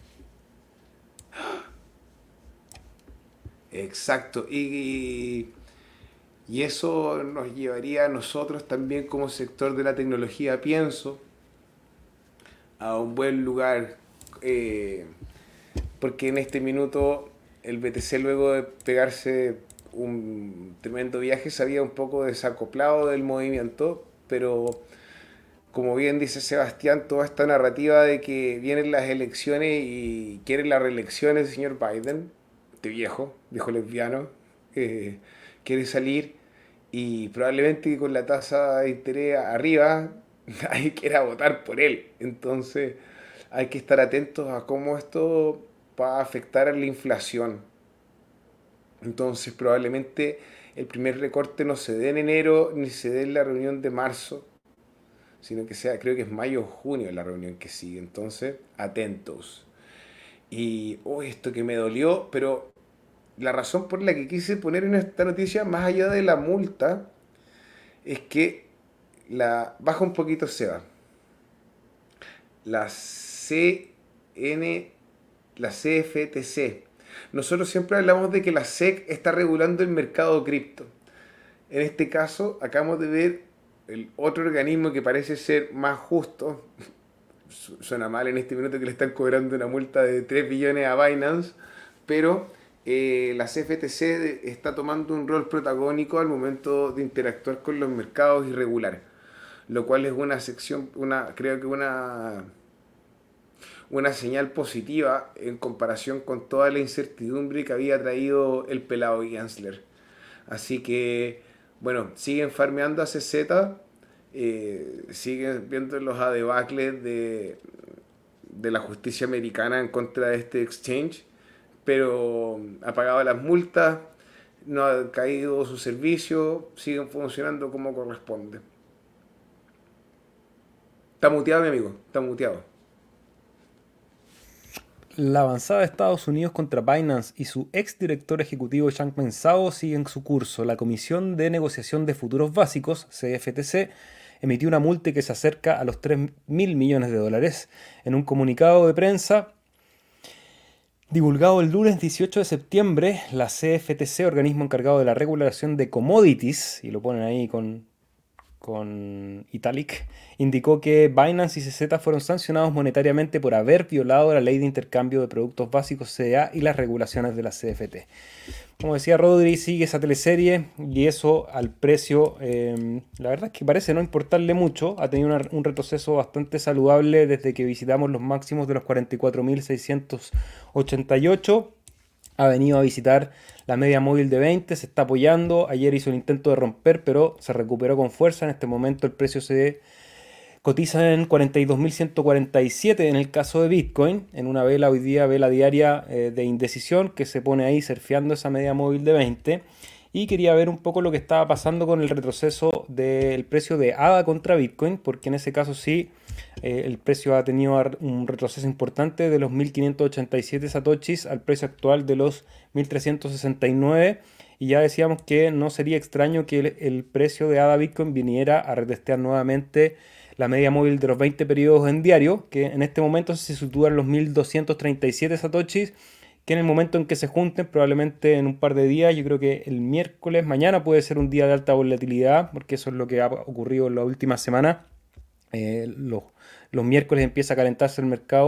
Exacto. Y, y eso nos llevaría a nosotros también como sector de la tecnología, pienso, a un buen lugar. eh, porque en este minuto el B T C, luego de pegarse un tremendo viaje, se había un poco desacoplado del movimiento, pero como bien dice Sebastián, toda esta narrativa de que vienen las elecciones y quieren la reelección el señor Biden, este viejo, viejo lesbiano, eh, quiere salir y probablemente con la tasa de interés arriba nadie quiera votar por él. Entonces hay que estar atentos a cómo esto va a afectar a la inflación. Entonces probablemente el primer recorte no se dé en enero ni se dé en la reunión de marzo, sino que sea, creo que es mayo o junio la reunión que sigue. Entonces, atentos. Y, oh, esto que me dolió, pero la razón por la que quise poner en esta noticia, más allá de la multa, es que la baja un poquito Seba. La C N, la C F T C. Nosotros siempre hablamos de que la S E C está regulando el mercado cripto. En este caso, acabamos de ver el otro organismo que parece ser más justo. Suena mal en este minuto que le están cobrando una multa de tres billones a Binance, pero eh, la C F T C está tomando un rol protagónico al momento de interactuar con los mercados irregulares, lo cual es una sección, una, creo que una, una señal positiva en comparación con toda la incertidumbre que había traído el pelado Gensler. Así que, bueno, siguen farmeando a C Z, eh, siguen viendo los adebacles de, de la justicia americana en contra de este exchange, pero ha pagado las multas, no ha caído su servicio, siguen funcionando como corresponde. Está muteado, mi amigo, está muteado. La avanzada de Estados Unidos contra Binance y su exdirector ejecutivo Changpeng Zhao siguen su curso. La Comisión de Negociación de Futuros Básicos, C F T C, emitió una multa que se acerca a los tres mil millones de dólares. En un comunicado de prensa divulgado el lunes dieciocho de septiembre, la C F T C, organismo encargado de la regulación de commodities, y lo ponen ahí con, con italic, indicó que Binance y C Z fueron sancionados monetariamente por haber violado la ley de intercambio de productos básicos C D A y las regulaciones de la C F T. Como decía Rodri, sigue esa teleserie y eso al precio, eh, la verdad es que parece no importarle mucho. Ha tenido una- un retroceso bastante saludable desde que visitamos los máximos de los cuarenta y cuatro mil seiscientos ochenta y ocho. Ha venido a visitar la media móvil de veinte, se está apoyando. Ayer hizo un intento de romper, pero se recuperó con fuerza. En este momento el precio se cotiza en cuarenta y dos mil ciento cuarenta y siete en el caso de Bitcoin, en una vela hoy día, vela diaria eh, de indecisión que se pone ahí surfeando esa media móvil de veinte. Y quería ver un poco lo que estaba pasando con el retroceso del precio de A D A contra Bitcoin, porque en ese caso sí, eh, el precio ha tenido ar- un retroceso importante de los mil quinientos ochenta y siete satoshis al precio actual de los mil trescientos sesenta y nueve. Y ya decíamos que no sería extraño que el, el precio de A D A Bitcoin viniera a retestear nuevamente la media móvil de los veinte periodos en diario, que en este momento se sitúa en los mil doscientos treinta y siete satoshis, que en el momento en que se junten, probablemente en un par de días, yo creo que el miércoles, mañana puede ser un día de alta volatilidad, porque eso es lo que ha ocurrido en la última semana. Eh, los, los miércoles empieza a calentarse el mercado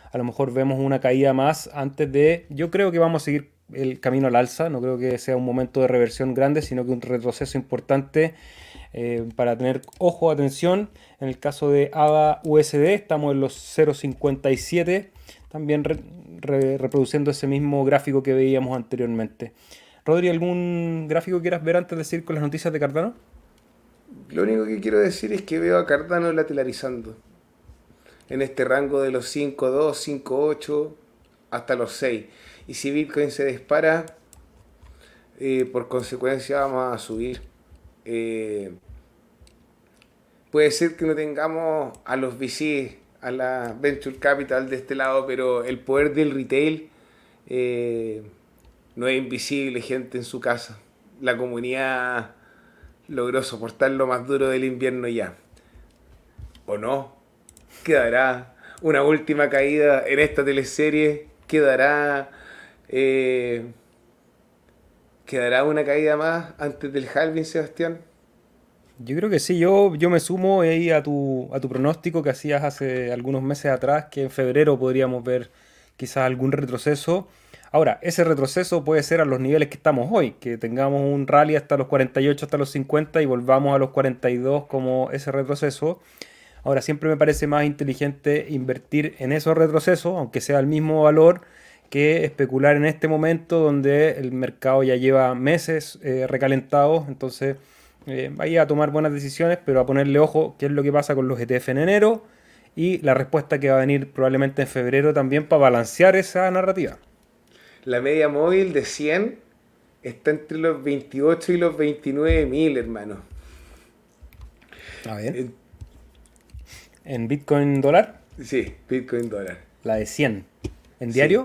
a lo mejor vemos una caída más antes de... Yo creo que vamos a seguir el camino al alza, no creo que sea un momento de reversión grande, sino que un retroceso importante eh, para tener ojo, atención. En el caso de A D A U S D estamos en los cero coma cincuenta y siete, también re- re- reproduciendo ese mismo gráfico que veíamos anteriormente. Rodri, ¿algún gráfico que quieras ver antes de seguir con las noticias de Cardano? Lo único que quiero decir es que veo a Cardano lateralizando en este rango de los cinco punto dos, cinco punto ocho hasta los seis. Y si Bitcoin se dispara, eh, por consecuencia vamos a subir. Eh, puede ser que no tengamos a los V C, a la Venture Capital de este lado, pero el poder del retail eh, no es invisible, gente en su casa. La comunidad logró soportar lo más duro del invierno ya. ¿O no? Quedará una última caída en esta teleserie. Quedará eh, quedará una caída más antes del halving, Sebastián. Yo creo que sí, yo, yo me sumo ahí a tu, a tu pronóstico que hacías hace algunos meses atrás, que en febrero podríamos ver quizás algún retroceso. Ahora, ese retroceso puede ser a los niveles que estamos hoy, que tengamos un rally hasta los cuarenta y ocho, hasta los cincuenta y volvamos a los cuarenta y dos como ese retroceso. Ahora, siempre me parece más inteligente invertir en esos retrocesos, aunque sea el mismo valor, que especular en este momento donde el mercado ya lleva meses eh, recalentados. Entonces, eh, vaya a tomar buenas decisiones, pero a ponerle ojo qué es lo que pasa con los E T F en enero y la respuesta que va a venir probablemente en febrero también para balancear esa narrativa. La media móvil de cien está entre los veintiocho y los veintinueve mil, hermano. A ver. Eh, En Bitcoin dólar, sí, Bitcoin dólar. la de cien. ¿En Sí. diario?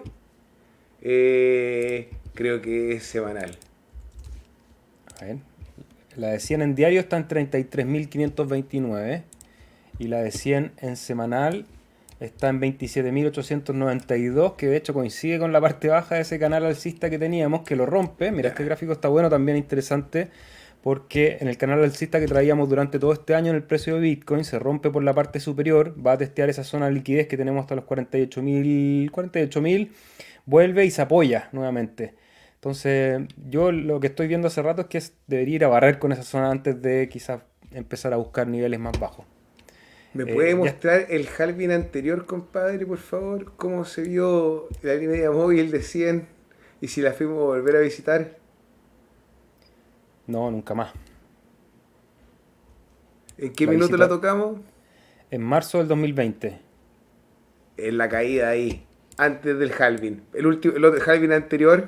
Eh, creo que es semanal. A ver. La de cien en diario está en treinta y tres mil quinientos veintinueve y la de cien en semanal está en veintisiete mil ochocientos noventa y dos, que de hecho coincide con la parte baja de ese canal alcista que teníamos, que lo rompe. Mira, este gráfico está bueno, también interesante, porque en el canal alcista que traíamos durante todo este año en el precio de Bitcoin se rompe por la parte superior, va a testear esa zona de liquidez que tenemos hasta los cuarenta y ocho mil, cuarenta y ocho mil, vuelve y se apoya nuevamente. Entonces, yo lo que estoy viendo hace rato es que es- debería ir a barrer con esa zona antes de quizás empezar a buscar niveles más bajos. ¿Me Eh, puede ya- mostrar el halving anterior, compadre, por favor? ¿Cómo se vio la media móvil de cien? Y si la fuimos a volver a visitar. No, nunca más. ¿En qué La minuto la visita tocamos? en marzo del dos mil veinte. En la caída ahí, antes del halving. El último, el otro halving anterior.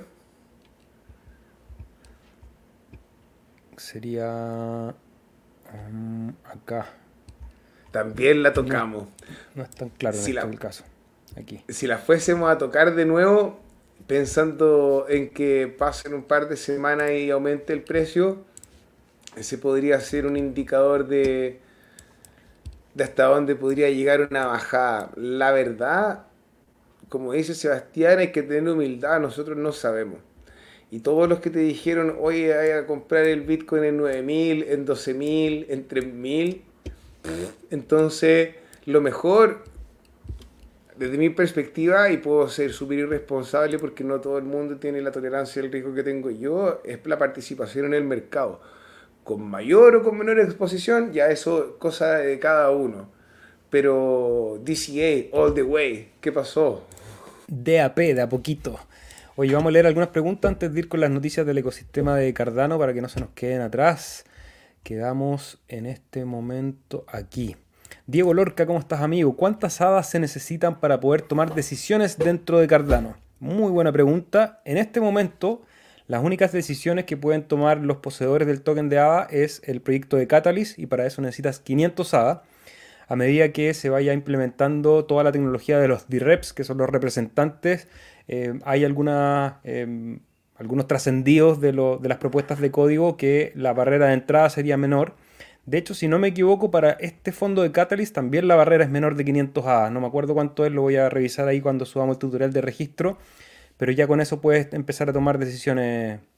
Sería mm, acá. También la No, tocamos. no es tan claro en Si este la, el caso. Aquí. si la fuésemos a tocar de nuevo, pensando en que pasen un par de semanas y aumente el precio, ese podría ser un indicador de, de hasta dónde podría llegar una bajada. La verdad, como dice Sebastián, hay que tener humildad, nosotros no sabemos. Y todos los que te dijeron, oye, hay a comprar el Bitcoin en nueve mil, en doce mil, en tres mil, entonces lo mejor, desde mi perspectiva, y puedo ser súper irresponsable porque no todo el mundo tiene la tolerancia al riesgo que tengo yo, es la participación en el mercado. Con mayor o con menor exposición, ya eso es cosa de cada uno. Pero D C A, all the way, ¿qué pasó? D A P, de a poquito. Oye, vamos a leer algunas preguntas antes de ir con las noticias del ecosistema de Cardano para que no se nos queden atrás. Quedamos en este momento aquí. Diego Lorca, ¿cómo estás, amigo? ¿Cuántas hadas se necesitan para poder tomar decisiones dentro de Cardano? Muy buena pregunta. En este momento, las únicas decisiones que pueden tomar los poseedores del token de A D A es el proyecto de Catalyst, y para eso necesitas quinientos A D A. A medida que se vaya implementando toda la tecnología de los D REPs, que son los representantes, eh, hay alguna, eh, algunos trascendidos de, lo- de las propuestas de código que la barrera de entrada sería menor. De hecho, si no me equivoco, para este fondo de Catalyst también la barrera es menor de quinientos A D A. No me acuerdo cuánto es, lo voy a revisar ahí cuando subamos el tutorial de registro, pero ya con eso puedes empezar a tomar decisiones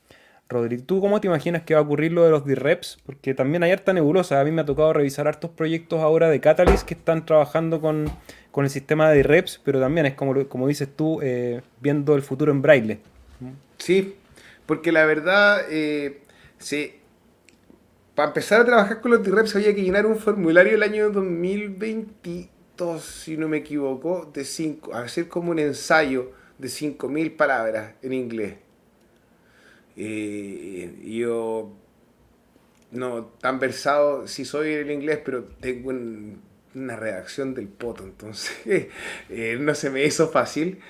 Rodri, ¿tú cómo te imaginas que va a ocurrir lo de los D-Reps? Porque también hay harta nebulosa. A mí me ha tocado revisar hartos proyectos ahora de Catalyst que están trabajando con, con el sistema de D-Reps, pero también es como, como dices tú, eh, viendo el futuro en braille. Sí, porque la verdad, eh, sí, para empezar a trabajar con los T-Reps había que llenar un formulario el año dos mil veintidós, si no me equivoco, de cinco, hacer como un ensayo de cinco mil palabras en inglés. Eh, yo no tan versado, sí soy en el inglés, pero tengo un- una redacción del poto, entonces eh, no se me hizo fácil.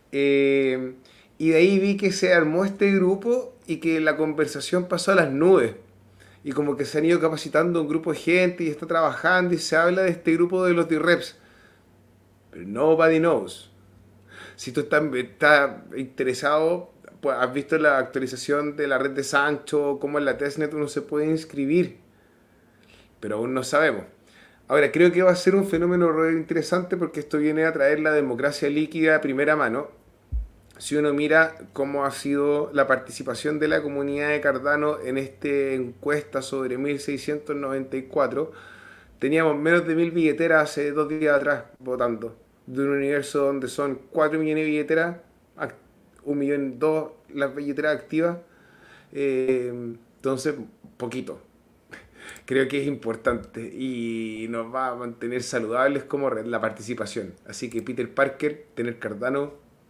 Eh, y de ahí vi que se armó este grupo y que la conversación pasó a las nubes. Y como que se han ido capacitando un grupo de gente y está trabajando y se habla de este grupo de los D-Reps. Pero nobody knows. Si tú estás, estás interesado, pues has visto la actualización de la red de Sancho, cómo en la testnet uno se puede inscribir, pero aún no sabemos. Ahora, creo que va a ser un fenómeno re interesante porque esto viene a traer la democracia líquida a primera mano. Si uno mira cómo ha sido la participación de la comunidad de Cardano en esta encuesta sobre mil seiscientos noventa y cuatro, teníamos menos de mil billeteras hace dos días atrás votando. De un universo donde son cuatro millones de billeteras, un millón dos las billeteras activas. Eh, entonces, poquito. Creo que es importante y nos va a mantener saludables como red la participación. Así que Peter Parker, tener Cardano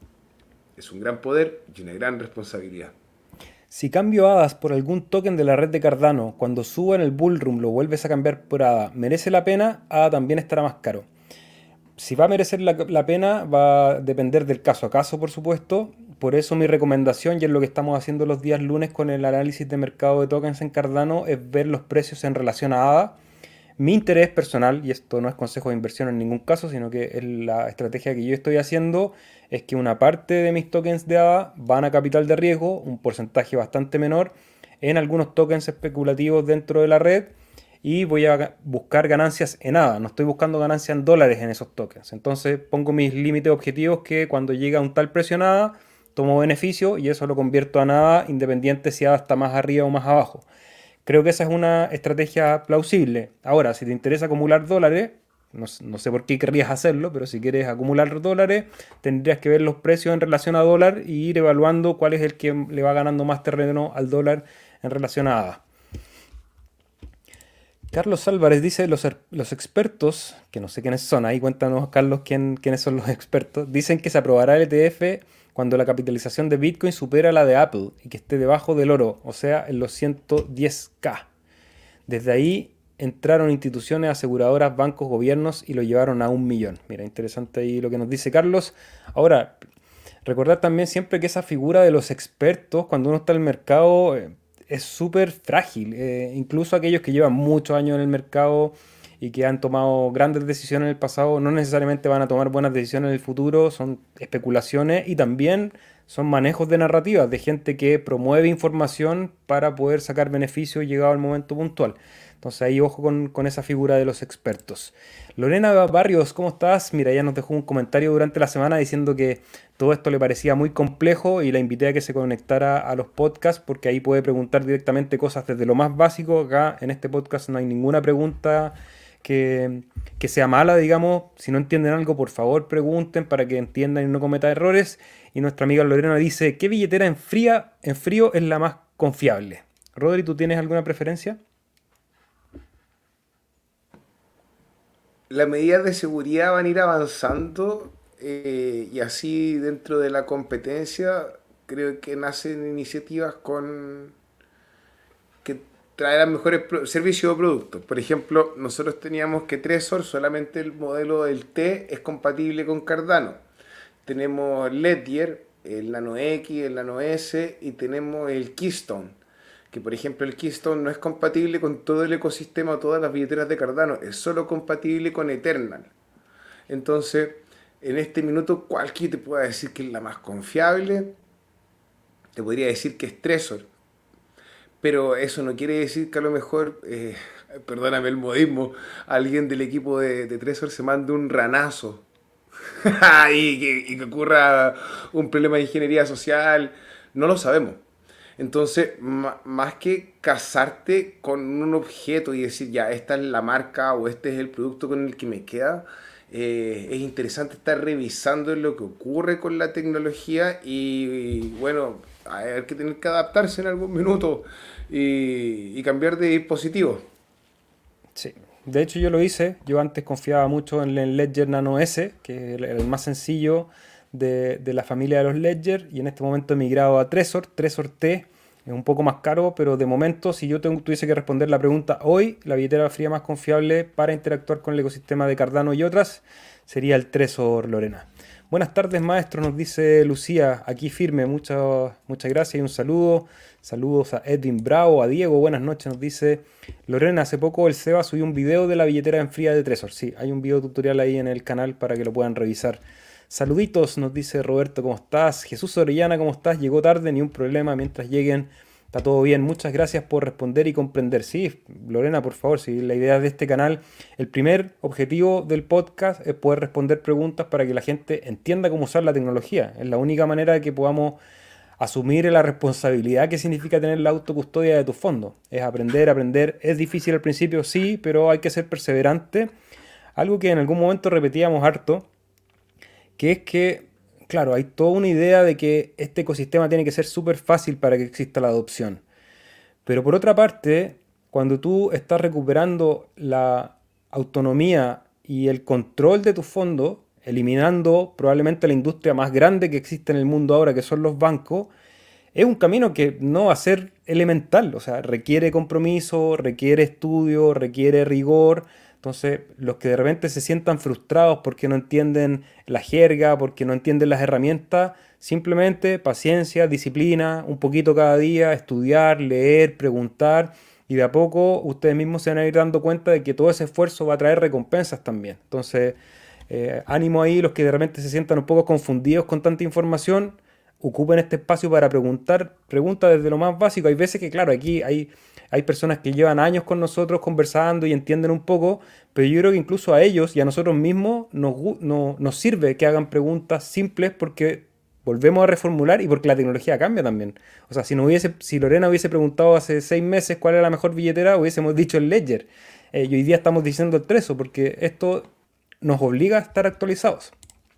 es un gran poder y una gran responsabilidad. Si cambio A D A S por algún token de la red de Cardano, cuando suba en el bullroom lo vuelves a cambiar por A D A, ¿merece la pena? A D A también estará más caro. Si va a merecer la, la pena, va a depender del caso a caso, por supuesto. Por eso mi recomendación, y es lo que estamos haciendo los días lunes con el análisis de mercado de tokens en Cardano, es ver los precios en relación a A D A. Mi interés personal, y esto no es consejo de inversión en ningún caso, sino que es la estrategia que yo estoy haciendo, es que una parte de mis tokens de A D A van a capital de riesgo, un porcentaje bastante menor, en algunos tokens especulativos dentro de la red, y voy a buscar ganancias en A D A. No estoy buscando ganancias en dólares en esos tokens. Entonces pongo mis límites objetivos que cuando llega a un tal precio en A D A, tomo beneficio y eso lo convierto a nada independiente si A D A está más arriba o más abajo. Creo que esa es una estrategia plausible. Ahora, si te interesa acumular dólares, no, no sé por qué querrías hacerlo, pero si quieres acumular dólares, tendrías que ver los precios en relación a dólar y ir evaluando cuál es el que le va ganando más terreno al dólar en relación a A D A. Carlos Álvarez dice, los, er- los expertos, que no sé quiénes son, ahí cuéntanos Carlos quién, quiénes son los expertos, dicen que se aprobará el E T F cuando la capitalización de Bitcoin supera la de Apple y que esté debajo del oro, o sea, en los ciento diez K. Desde ahí entraron instituciones, aseguradoras, bancos, gobiernos y lo llevaron a un millón. Mira, interesante ahí lo que nos dice Carlos. Ahora, recordar también siempre que esa figura de los expertos, cuando uno está en el mercado, eh, es súper frágil. Eh, incluso aquellos que llevan muchos años en el mercado y que han tomado grandes decisiones en el pasado, no necesariamente van a tomar buenas decisiones en el futuro, son especulaciones y también son manejos de narrativas de gente que promueve información para poder sacar beneficios llegado al momento puntual. Entonces ahí ojo con, con esa figura de los expertos. Lorena Barrios, ¿cómo estás? Mira, ella nos dejó un comentario durante la semana diciendo que todo esto le parecía muy complejo y la invité a que se conectara a los podcasts porque ahí puede preguntar directamente cosas desde lo más básico. Acá en este podcast no hay ninguna pregunta que, que sea mala, digamos. Si no entienden algo, por favor pregunten para que entiendan y no cometan errores. Y nuestra amiga Lorena dice, ¿qué billetera en, fría, en frío es la más confiable? Rodri, ¿tú tienes alguna preferencia? Las medidas de seguridad van a ir avanzando eh, y así dentro de la competencia creo que nacen iniciativas con que traerán mejores pro- servicios o productos. Por ejemplo, nosotros teníamos que Trezor, solamente el modelo del T es compatible con Cardano. Tenemos Ledger, el Nano X, el Nano S y tenemos el Keystone. Que por ejemplo el Keystone no es compatible con todo el ecosistema o todas las billeteras de Cardano, es solo compatible con Eternal. Entonces, en este minuto, cualquiera te pueda decir que es la más confiable, te podría decir que es Trezor, pero eso no quiere decir que a lo mejor, eh, perdóname el modismo, alguien del equipo de, de Trezor se mande un ranazo y, que, y que ocurra un problema de ingeniería social, no lo sabemos. Entonces, ma- más que casarte con un objeto y decir, ya, esta es la marca o este es el producto con el que me queda, eh, es interesante estar revisando lo que ocurre con la tecnología y, y, bueno, hay que tener que adaptarse en algún minuto y, y cambiar de dispositivo. Sí. De hecho, yo lo hice. Yo antes confiaba mucho en el Ledger Nano S, que es el, el más sencillo de, de la familia de los Ledger, y en este momento he migrado a Trezor. Trezor T es un poco más caro, pero de momento, si yo tengo- tuviese que responder la pregunta hoy, la billetera fría más confiable para interactuar con el ecosistema de Cardano y otras sería el Trezor Lorena. Buenas tardes, maestro, nos dice Lucía, aquí firme, muchas, muchas gracias y un saludo. Saludos a Edwin Bravo, a Diego, buenas noches, nos dice Lorena. Hace poco el Seba subió un video de la billetera en fría de Trezor. Sí, hay un video tutorial ahí en el canal para que lo puedan revisar. Saluditos, nos dice Roberto, ¿cómo estás? Jesús Orellana, ¿cómo estás? Llegó tarde, ni un problema, mientras lleguen, está todo bien. Muchas gracias por responder y comprender. Sí, Lorena, por favor, si la idea de este canal, el primer objetivo del podcast es poder responder preguntas para que la gente entienda cómo usar la tecnología. Es la única manera de que podamos asumir la responsabilidad que significa tener la autocustodia de tus fondos. Es aprender, aprender. Es difícil al principio, sí, pero hay que ser perseverante. Algo que en algún momento repetíamos harto, que es que, claro, hay toda una idea de que este ecosistema tiene que ser súper fácil para que exista la adopción. Pero por otra parte, cuando tú estás recuperando la autonomía y el control de tus fondos, eliminando probablemente la industria más grande que existe en el mundo ahora, que son los bancos, es un camino que no va a ser elemental, o sea, requiere compromiso, requiere estudio, requiere rigor. Entonces, los que de repente se sientan frustrados porque no entienden la jerga, porque no entienden las herramientas, simplemente paciencia, disciplina, un poquito cada día, estudiar, leer, preguntar, y de a poco ustedes mismos se van a ir dando cuenta de que todo ese esfuerzo va a traer recompensas también. Entonces, eh, ánimo ahí, los que de repente se sientan un poco confundidos con tanta información, ocupen este espacio para preguntar, preguntas desde lo más básico. Hay veces que, claro, aquí hay, hay personas que llevan años con nosotros conversando y entienden un poco, pero yo creo que incluso a ellos y a nosotros mismos nos, gu- no- nos sirve que hagan preguntas simples porque volvemos a reformular y porque la tecnología cambia también. O sea, si, no hubiese, si Lorena hubiese preguntado hace seis meses cuál era la mejor billetera, hubiésemos dicho el Ledger. Eh, y hoy día estamos diciendo el Trezor porque esto nos obliga a estar actualizados.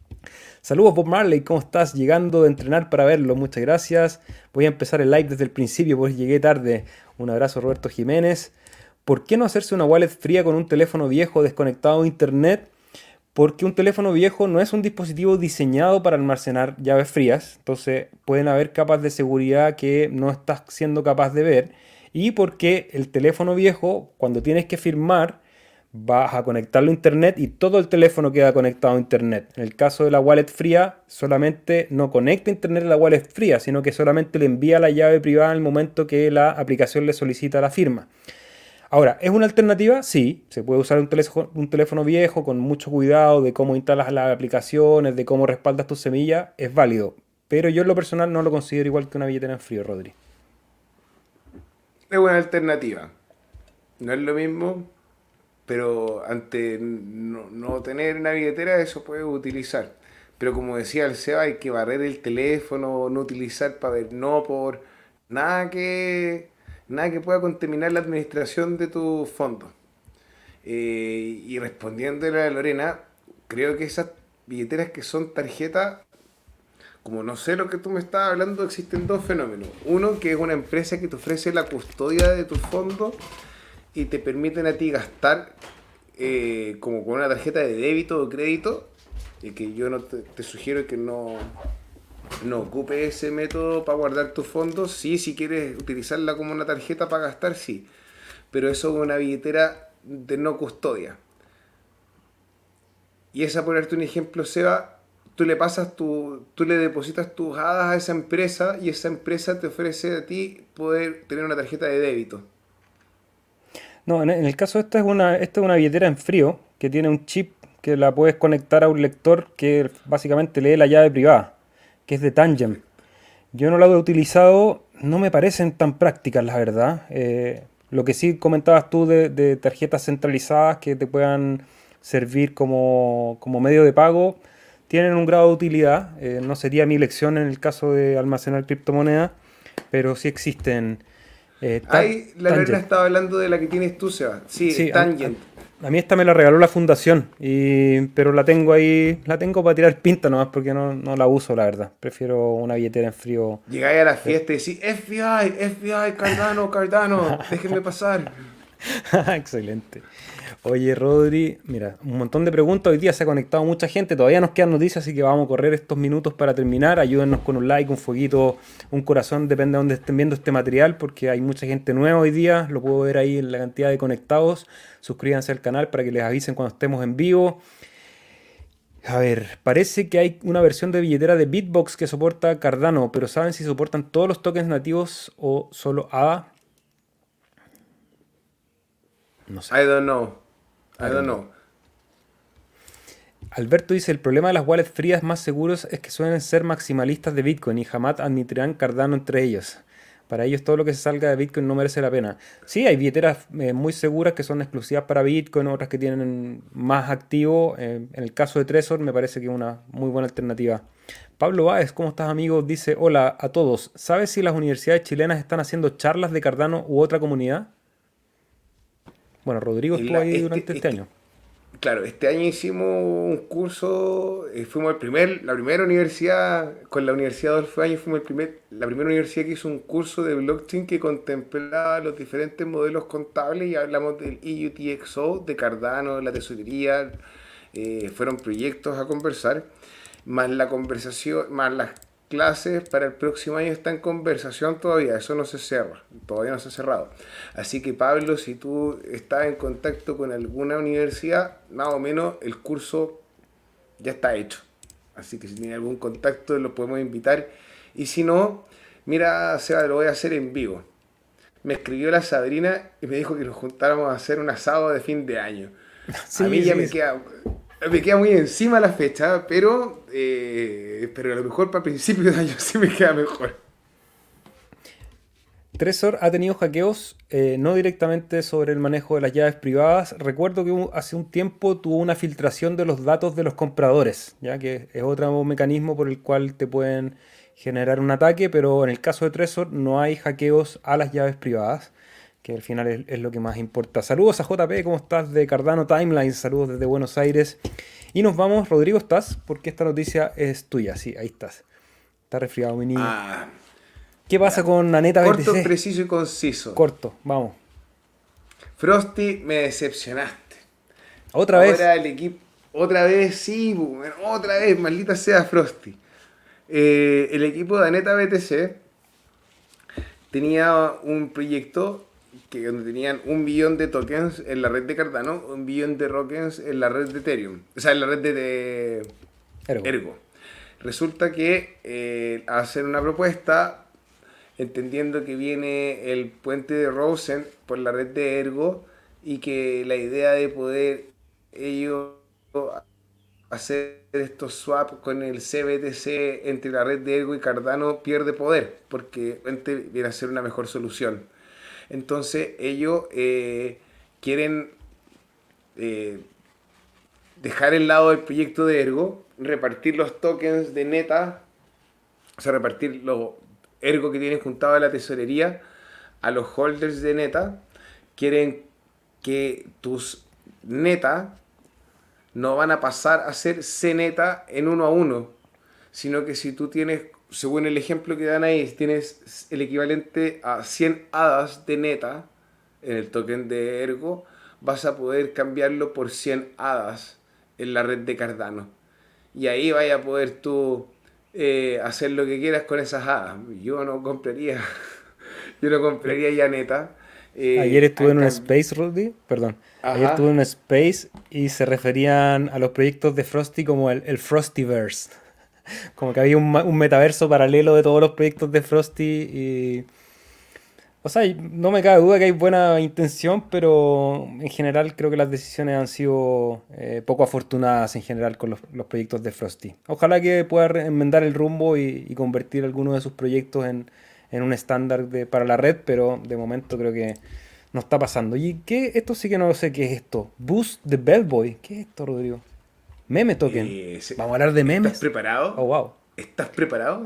Saludos Bob Marley, ¿cómo estás? Llegando de entrenar para verlo, muchas gracias. Voy a empezar el live desde el principio, pues llegué tarde. Un abrazo Roberto Jiménez. ¿Por qué no hacerse una wallet fría con un teléfono viejo desconectado a internet? Porque un teléfono viejo no es un dispositivo diseñado para almacenar llaves frías, entonces pueden haber capas de seguridad que no estás siendo capaz de ver. Y porque el teléfono viejo, cuando tienes que firmar, vas a conectarlo a internet y todo el teléfono queda conectado a internet. En el caso de la wallet fría, solamente no conecta internet a la wallet fría, sino que solamente le envía la llave privada en el momento que la aplicación le solicita la firma. Ahora, ¿es una alternativa? Sí, se puede usar un teléfono, un teléfono viejo con mucho cuidado de cómo instalas las aplicaciones, de cómo respaldas tus semillas, es válido. Pero yo en lo personal no lo considero igual que una billetera en frío, Rodri. Es una alternativa. No es lo mismo, pero ante no, no tener una billetera eso puede utilizar. Pero como decía el Seba, hay que barrer el teléfono, no utilizar para ver no por nada que nada que pueda contaminar la administración de tus fondos. Eh, y respondiéndole a Lorena, creo que esas billeteras que son tarjetas, como no sé lo que tú me estabas hablando, existen dos fenómenos. Uno, que es una empresa que te ofrece la custodia de tus fondos y te permiten a ti gastar eh, como con una tarjeta de débito o crédito, y que yo no te, te sugiero que no, no ocupe ese método para guardar tus fondos. Sí, si quieres utilizarla como una tarjeta para gastar, sí, pero eso es una billetera de no custodia. Y esa, por darte un ejemplo, Seba, tú le pasas tu, tú le depositas tus hadas a esa empresa y esa empresa te ofrece a ti poder tener una tarjeta de débito. No, en en el caso de esta es una, esta es una billetera en frío que tiene un chip que la puedes conectar a un lector que básicamente lee la llave privada, que es de Tangent. Yo no la he utilizado, no me parecen tan prácticas, la verdad. Eh, lo que sí comentabas tú de, de tarjetas centralizadas que te puedan servir como, como medio de pago, tienen un grado de utilidad. Eh, no sería mi elección en el caso de almacenar criptomonedas, pero sí existen. Eh, tan, Ay, la Lorena estaba hablando de la que tienes tú, Seba. Sí, sí, Tangent. A, a, a mí esta me la regaló la fundación, y, pero la tengo ahí, la tengo para tirar pinta nomás porque no, no la uso, la verdad. Prefiero una billetera en frío. Llegáis a la fiesta y decís, F B I, F B I, Cardano, Cardano, déjenme pasar. Excelente. Oye, Rodri, mira, un montón de preguntas. Hoy día se ha conectado mucha gente. Todavía nos quedan noticias, así que vamos a correr estos minutos para terminar. Ayúdennos con un like, un fueguito, un corazón, depende de dónde estén viendo este material, porque hay mucha gente nueva hoy día. Lo puedo ver ahí en la cantidad de conectados. Suscríbanse al canal para que les avisen cuando estemos en vivo. A ver, parece que hay una versión de billetera de Bitbox que soporta Cardano, pero ¿saben si soportan todos los tokens nativos o solo A D A? No sé. I don't know. I, I don't know. know. Alberto dice, el problema de las wallets frías más seguros es que suelen ser maximalistas de Bitcoin y jamás admitirán Cardano entre ellos. Para ellos todo lo que se salga de Bitcoin no merece la pena. Sí, hay billeteras eh, muy seguras que son exclusivas para Bitcoin, otras que tienen más activo. Eh, en el caso de Trezor me parece que es una muy buena alternativa. Pablo Báez, ¿cómo estás, amigo? Dice, hola a todos. ¿Sabes si las universidades chilenas están haciendo charlas de Cardano u otra comunidad? Bueno, Rodrigo estuvo la, ahí este, durante este, este año. Claro, este año hicimos un curso, eh, fuimos el primer, la primera universidad, con la Universidad Adolfo Ibáñez, fuimos el primer, la primera universidad que hizo un curso de blockchain que contemplaba los diferentes modelos contables y hablamos del E U T X O, de Cardano, la tesorería, eh, fueron proyectos a conversar, más la conversación, más las clases para el próximo año está en conversación todavía, eso no se cierra, todavía no se ha cerrado. Así que Pablo, si tú estás en contacto con alguna universidad, más o menos el curso ya está hecho. Así que si tiene algún contacto lo podemos invitar. Y si no, mira, Seba, lo voy a hacer en vivo. Me escribió la Sabrina y me dijo que nos juntáramos a hacer un asado de fin de año. Sí, a mí ya sí, me queda... Me queda muy encima la fecha, pero, eh, pero a lo mejor para principios de año sí me queda mejor. Trezor ha tenido hackeos, eh, no directamente sobre el manejo de las llaves privadas. Recuerdo que hace un tiempo tuvo una filtración de los datos de los compradores, ya que es otro mecanismo por el cual te pueden generar un ataque, pero en el caso de Trezor no hay hackeos a las llaves privadas, que al final es, es lo que más importa. Saludos a J P, ¿cómo estás? De Cardano Timeline, saludos desde Buenos Aires. Y nos vamos, Rodrigo, ¿estás? Porque esta noticia es tuya, sí, ahí estás. Está resfriado, mi niño. Ah, ¿Qué pasa ya. con Aneta B T C? Corto, preciso y conciso. Corto, vamos. Frosty, me decepcionaste. ¿Otra Ahora vez? El equipo, otra vez, sí, otra vez, maldita sea Frosty. Eh, el equipo de Aneta B T C tenía un proyecto que donde tenían un billón de tokens en la red de Cardano, un billón de tokens en la red de Ethereum, o sea, en la red de, de Ergo. Ergo. Resulta que eh, hacen una propuesta, entendiendo que viene el puente de Rosen por la red de Ergo y que la idea de poder ellos hacer estos swaps con el C B T C entre la red de Ergo y Cardano pierde poder, porque viene a ser una mejor solución. Entonces ellos eh, quieren eh, dejar el lado del proyecto de Ergo, repartir los tokens de Neta, o sea, repartir los Ergo que tienen juntado a la tesorería a los holders de Neta. Quieren que tus Neta no van a pasar a ser C Neta en uno a uno, sino que si tú tienes, según el ejemplo que dan ahí, tienes el equivalente a cien hadas de Neta en el token de Ergo, vas a poder cambiarlo por cien hadas en la red de Cardano. Y ahí vaya a poder tú eh, hacer lo que quieras con esas hadas. Yo no compraría, yo no compraría ya Neta. Eh, Ayer estuve en un space, Rudy, perdón. Ajá. Ayer estuve en un space y se referían a los proyectos de Frosty como el, el Frostyverse. Como que había un, un metaverso paralelo de todos los proyectos de Frosty y... O sea, no me cabe duda que hay buena intención, pero en general creo que las decisiones han sido eh, poco afortunadas en general con los, los proyectos de Frosty. Ojalá que pueda enmendar el rumbo y, y convertir algunos de sus proyectos en, en un estándar de, para la red, pero de momento creo que no está pasando. ¿Y qué? Esto sí que no sé qué es esto. Boost the Bellboy. ¿Qué es esto, Rodrigo? Meme token. Eh, se, Vamos a hablar de memes. ¿Estás preparado? Oh, wow. ¿Estás preparado?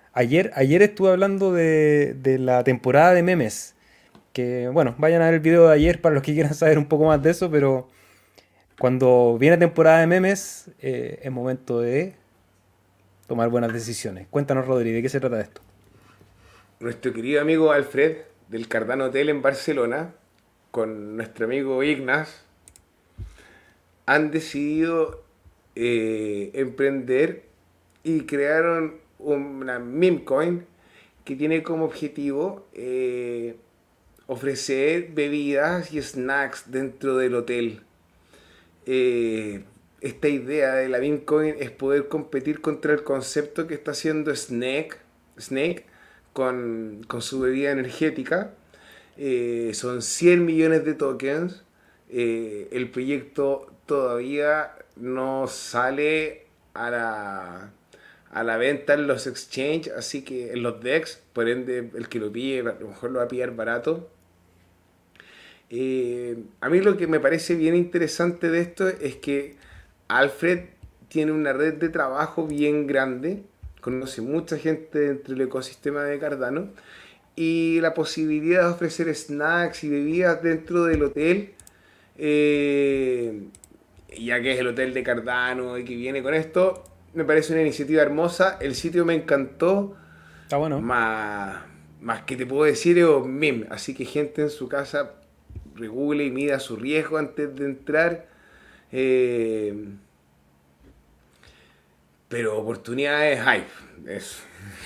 Ayer, ayer estuve hablando de, de la temporada de memes. Que bueno, vayan a ver el video de ayer para los que quieran saber un poco más de eso, pero cuando viene temporada de memes, eh, es momento de tomar buenas decisiones. Cuéntanos, Rodri, ¿de qué se trata esto? Nuestro querido amigo Alfred del Cardano Hotel en Barcelona, con nuestro amigo Ignas, han decidido eh, emprender y crearon una meme coin que tiene como objetivo eh, ofrecer bebidas y snacks dentro del hotel. Eh, esta idea de la meme coin es poder competir contra el concepto que está haciendo Snake, Snake con, con su bebida energética. Eh, son cien millones de tokens. Eh, el proyecto todavía no sale a la, a la venta en los exchanges, así que en los D E X, por ende el que lo pille a lo mejor lo va a pillar barato. Eh, a mí lo que me parece bien interesante de esto es que Alfred tiene una red de trabajo bien grande, conoce mucha gente dentro del ecosistema de Cardano, y la posibilidad de ofrecer snacks y bebidas dentro del hotel, eh, ya que es el hotel de Cardano y que viene con esto, me parece una iniciativa hermosa. El sitio me encantó, Está bueno. más, más que te puedo decir es un meme, así que gente en su casa regule y mida su riesgo antes de entrar. Eh, pero oportunidades hay. Eso.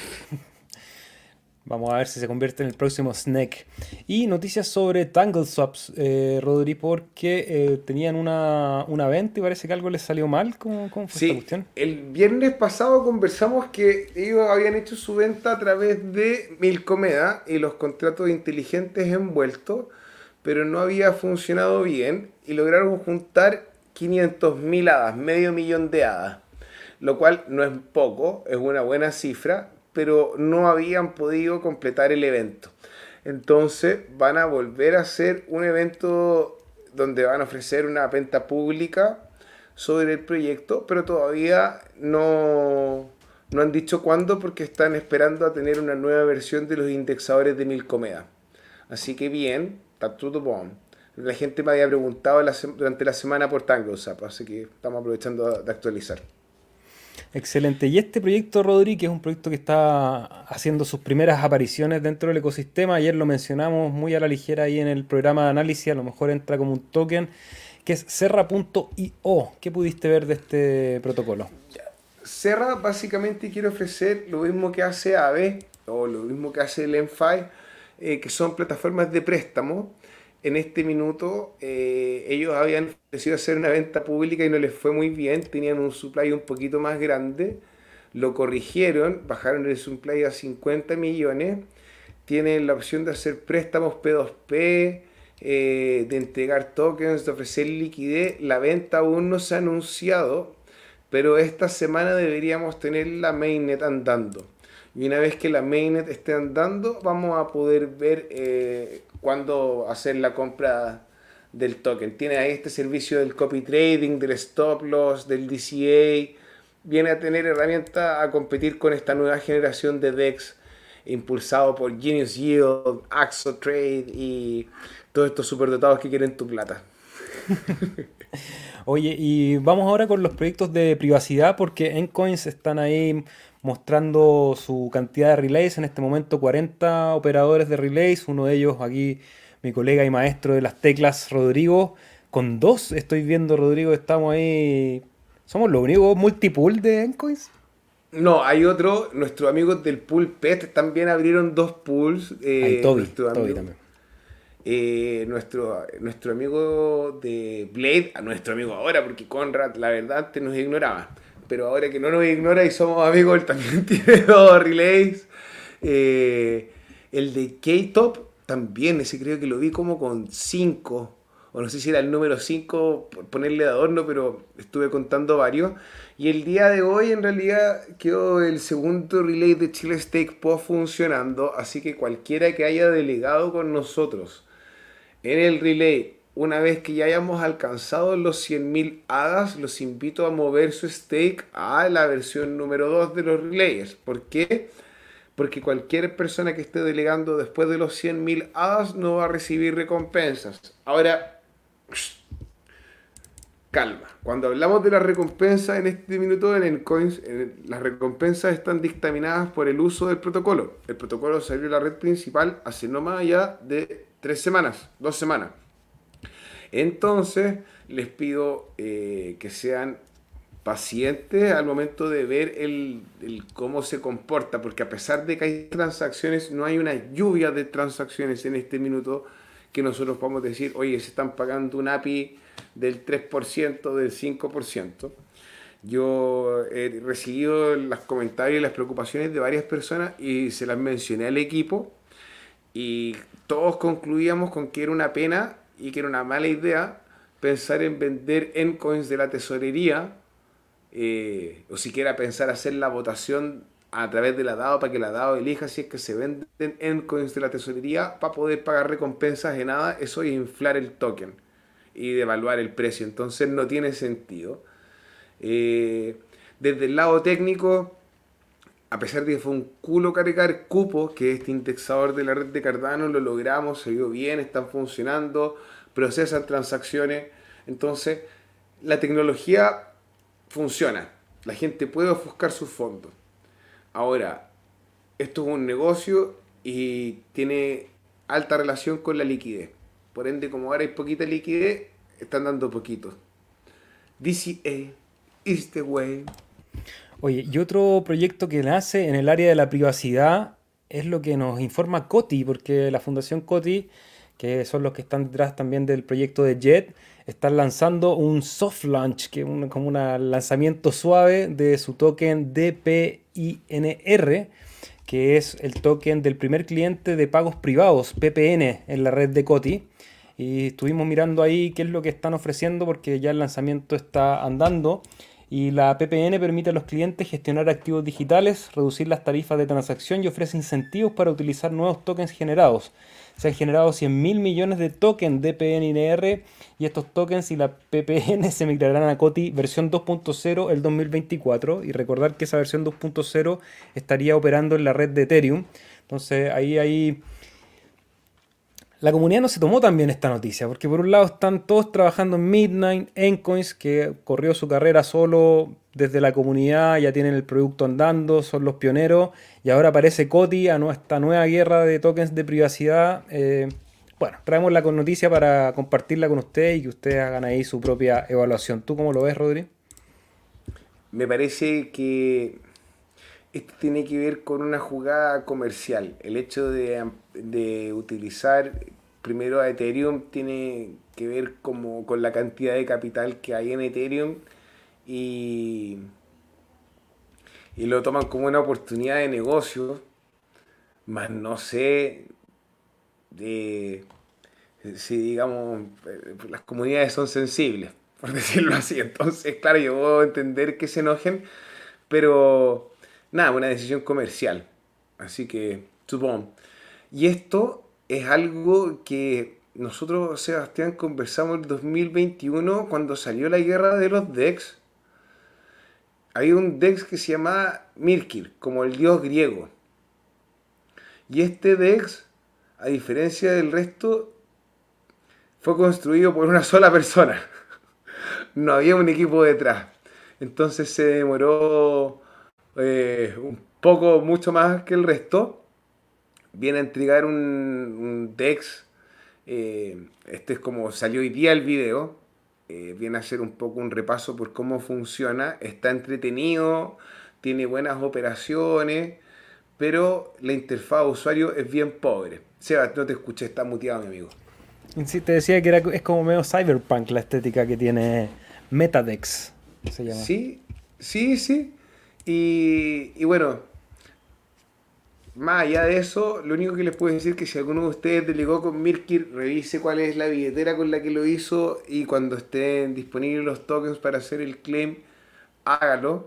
Vamos a ver si se convierte en el próximo Snake. Y noticias sobre TangleSwaps, eh, Rodri, porque eh, tenían una, una venta y parece que algo les salió mal. ¿Cómo, cómo fue esta Sí, cuestión? el viernes pasado conversamos que ellos habían hecho su venta a través de Milcomeda y los contratos inteligentes envueltos, pero no había funcionado bien y lograron juntar quinientos mil hadas, medio millón de hadas, lo cual no es poco, es una buena cifra, pero no habían podido completar el evento. Entonces van a volver a hacer un evento donde van a ofrecer una venta pública sobre el proyecto, pero todavía no, no han dicho cuándo porque están esperando a tener una nueva versión de los indexadores de Milcomeda. Así que bien, está todo bon. La gente me había preguntado la, durante la semana por TangleSwap, así que estamos aprovechando de actualizar. Excelente. Y este proyecto, Rodri, que es un proyecto que está haciendo sus primeras apariciones dentro del ecosistema, ayer lo mencionamos muy a la ligera ahí en el programa de análisis, a lo mejor entra como un token, que es Serra punto i o. ¿Qué pudiste ver de este protocolo? Serra básicamente quiere ofrecer lo mismo que hace Aave o lo mismo que hace el Enfi, eh, que son plataformas de préstamo. En este minuto eh, ellos habían decidido hacer una venta pública y no les fue muy bien, tenían un supply un poquito más grande, lo corrigieron, bajaron el supply a cincuenta millones, tienen la opción de hacer préstamos P dos P, eh, de entregar tokens, de ofrecer liquidez. La venta aún no se ha anunciado, pero esta semana deberíamos tener la mainnet andando. Y una vez que la mainnet esté andando, vamos a poder ver eh, cuándo hacer la compra del token. Tiene ahí este servicio del copy trading, del stop loss, del D C A. Viene a tener herramientas a competir con esta nueva generación de D E X impulsado por Genius Yield, Axo Trade y todos estos superdotados que quieren tu plata. Oye, y vamos ahora con los proyectos de privacidad porque Encoins están ahí mostrando su cantidad de relays. En este momento cuarenta operadores de relays, uno de ellos aquí mi colega y maestro de las teclas, Rodrigo. Con dos estoy viendo, Rodrigo, estamos ahí. ¿Somos los únicos multipool de Encoins? No, hay otro, nuestros amigos del pool Pet también abrieron dos pools. Eh, Hay Toby, nuestro Toby amigo, también. eh, nuestro, nuestro amigo de Blade, a nuestro amigo ahora, porque Conrad, la verdad, antes nos ignoraba. Pero ahora que no nos ignora y somos amigos, él también tiene dos relays. Eh, el de K-Top también, ese creo que lo vi como con cinco. O no sé si era el número cinco, por ponerle de adorno, pero estuve contando varios. Y el día de hoy en realidad quedó el segundo relay de Chile Stake Post funcionando. Así que cualquiera que haya delegado con nosotros en el relay, una vez que ya hayamos alcanzado los cien mil hadas, los invito a mover su stake a la versión número dos de los relays. ¿Por qué? porque cualquier persona que esté delegando después de los cien mil hadas no va a recibir recompensas. Ahora, calma. Cuando hablamos de las recompensas en este minuto en Encoins, eh, las recompensas están dictaminadas por el uso del protocolo. El protocolo salió a la red principal hace no más allá de tres semanas, dos semanas. Entonces, les pido eh, que sean pacientes al momento de ver el, el cómo se comporta, porque a pesar de que hay transacciones, no hay una lluvia de transacciones en este minuto que nosotros podamos decir, oye, se están pagando un A P I del tres por ciento, del cinco por ciento. Yo he recibido los comentarios y las preocupaciones de varias personas y se las mencioné al equipo y todos concluíamos con que era una pena y que era una mala idea pensar en vender Encoins de la tesorería eh, o siquiera pensar hacer la votación a través de la DAO para que la DAO elija si es que se venden Encoins de la tesorería para poder pagar recompensas de nada. Eso es inflar el token y devaluar el precio, entonces no tiene sentido. Eh, desde el lado técnico, a pesar de que fue un culo cargar cupos, que este indexador de la red de Cardano lo logramos, se vio bien, están funcionando, procesan transacciones, entonces la tecnología funciona, la gente puede ofuscar sus fondos. Ahora, esto es un negocio y tiene alta relación con la liquidez. Por ende, como ahora hay poquita liquidez, están dando poquito. D C A is the way. Oye, y otro proyecto que nace en el área de la privacidad es lo que nos informa Coti, porque la Fundación Coti, que son los que están detrás también del proyecto de Jet, están lanzando un soft launch, que es un, como un lanzamiento suave de su token D P I N R, que es el token del primer cliente de pagos privados, P P N, en la red de Coti. Y estuvimos mirando ahí qué es lo que están ofreciendo porque ya el lanzamiento está andando. Y la P P N permite a los clientes gestionar activos digitales, reducir las tarifas de transacción y ofrece incentivos para utilizar nuevos tokens generados. Se han generado cien mil millones de tokens de P P N R y estos tokens y la P P N se migrarán a Coti versión dos punto cero el dos mil veinticuatro. Y recordar que esa versión dos punto cero estaría operando en la red de Ethereum. Entonces ahí hay... La comunidad no se tomó tan bien esta noticia, porque por un lado están todos trabajando en Midnight, Encoins, que corrió su carrera solo desde la comunidad, ya tienen el producto andando, son los pioneros, y ahora aparece Coti a esta nueva guerra de tokens de privacidad. Eh, bueno, traemos la noticia para compartirla con ustedes y que ustedes hagan ahí su propia evaluación. ¿Tú cómo lo ves, Rodri? Me parece que esto tiene que ver con una jugada comercial. El hecho de, de utilizar primero a Ethereum tiene que ver como con la cantidad de capital que hay en Ethereum y, y lo toman como una oportunidad de negocio, más no sé de, si digamos las comunidades son sensibles, por decirlo así. Entonces, claro, yo puedo entender que se enojen, pero nada, una decisión comercial. Así que, supongo. Y esto es algo que nosotros, Sebastián, conversamos en dos mil veintiuno cuando salió la guerra de los D E X. Había un D E X que se llamaba Mirkir, como el dios griego. Y este D E X, a diferencia del resto, fue construido por una sola persona. No había un equipo detrás. Entonces se demoró eh, un poco, mucho más que el resto. Viene a entregar un, un D E X. Eh, este es como salió hoy día el video. Eh, viene a hacer un poco un repaso por cómo funciona. Está entretenido, tiene buenas operaciones, pero la interfaz de usuario es bien pobre. Seba, no te escuché, está muteado, mi amigo. Sí, te decía que era, es como medio cyberpunk la estética que tiene MetaDex, se llama. Sí, sí, sí. Y, y bueno, más allá de eso, lo único que les puedo decir es que si alguno de ustedes delegó con Mirkir, revise cuál es la billetera con la que lo hizo y cuando estén disponibles los tokens para hacer el claim, hágalo.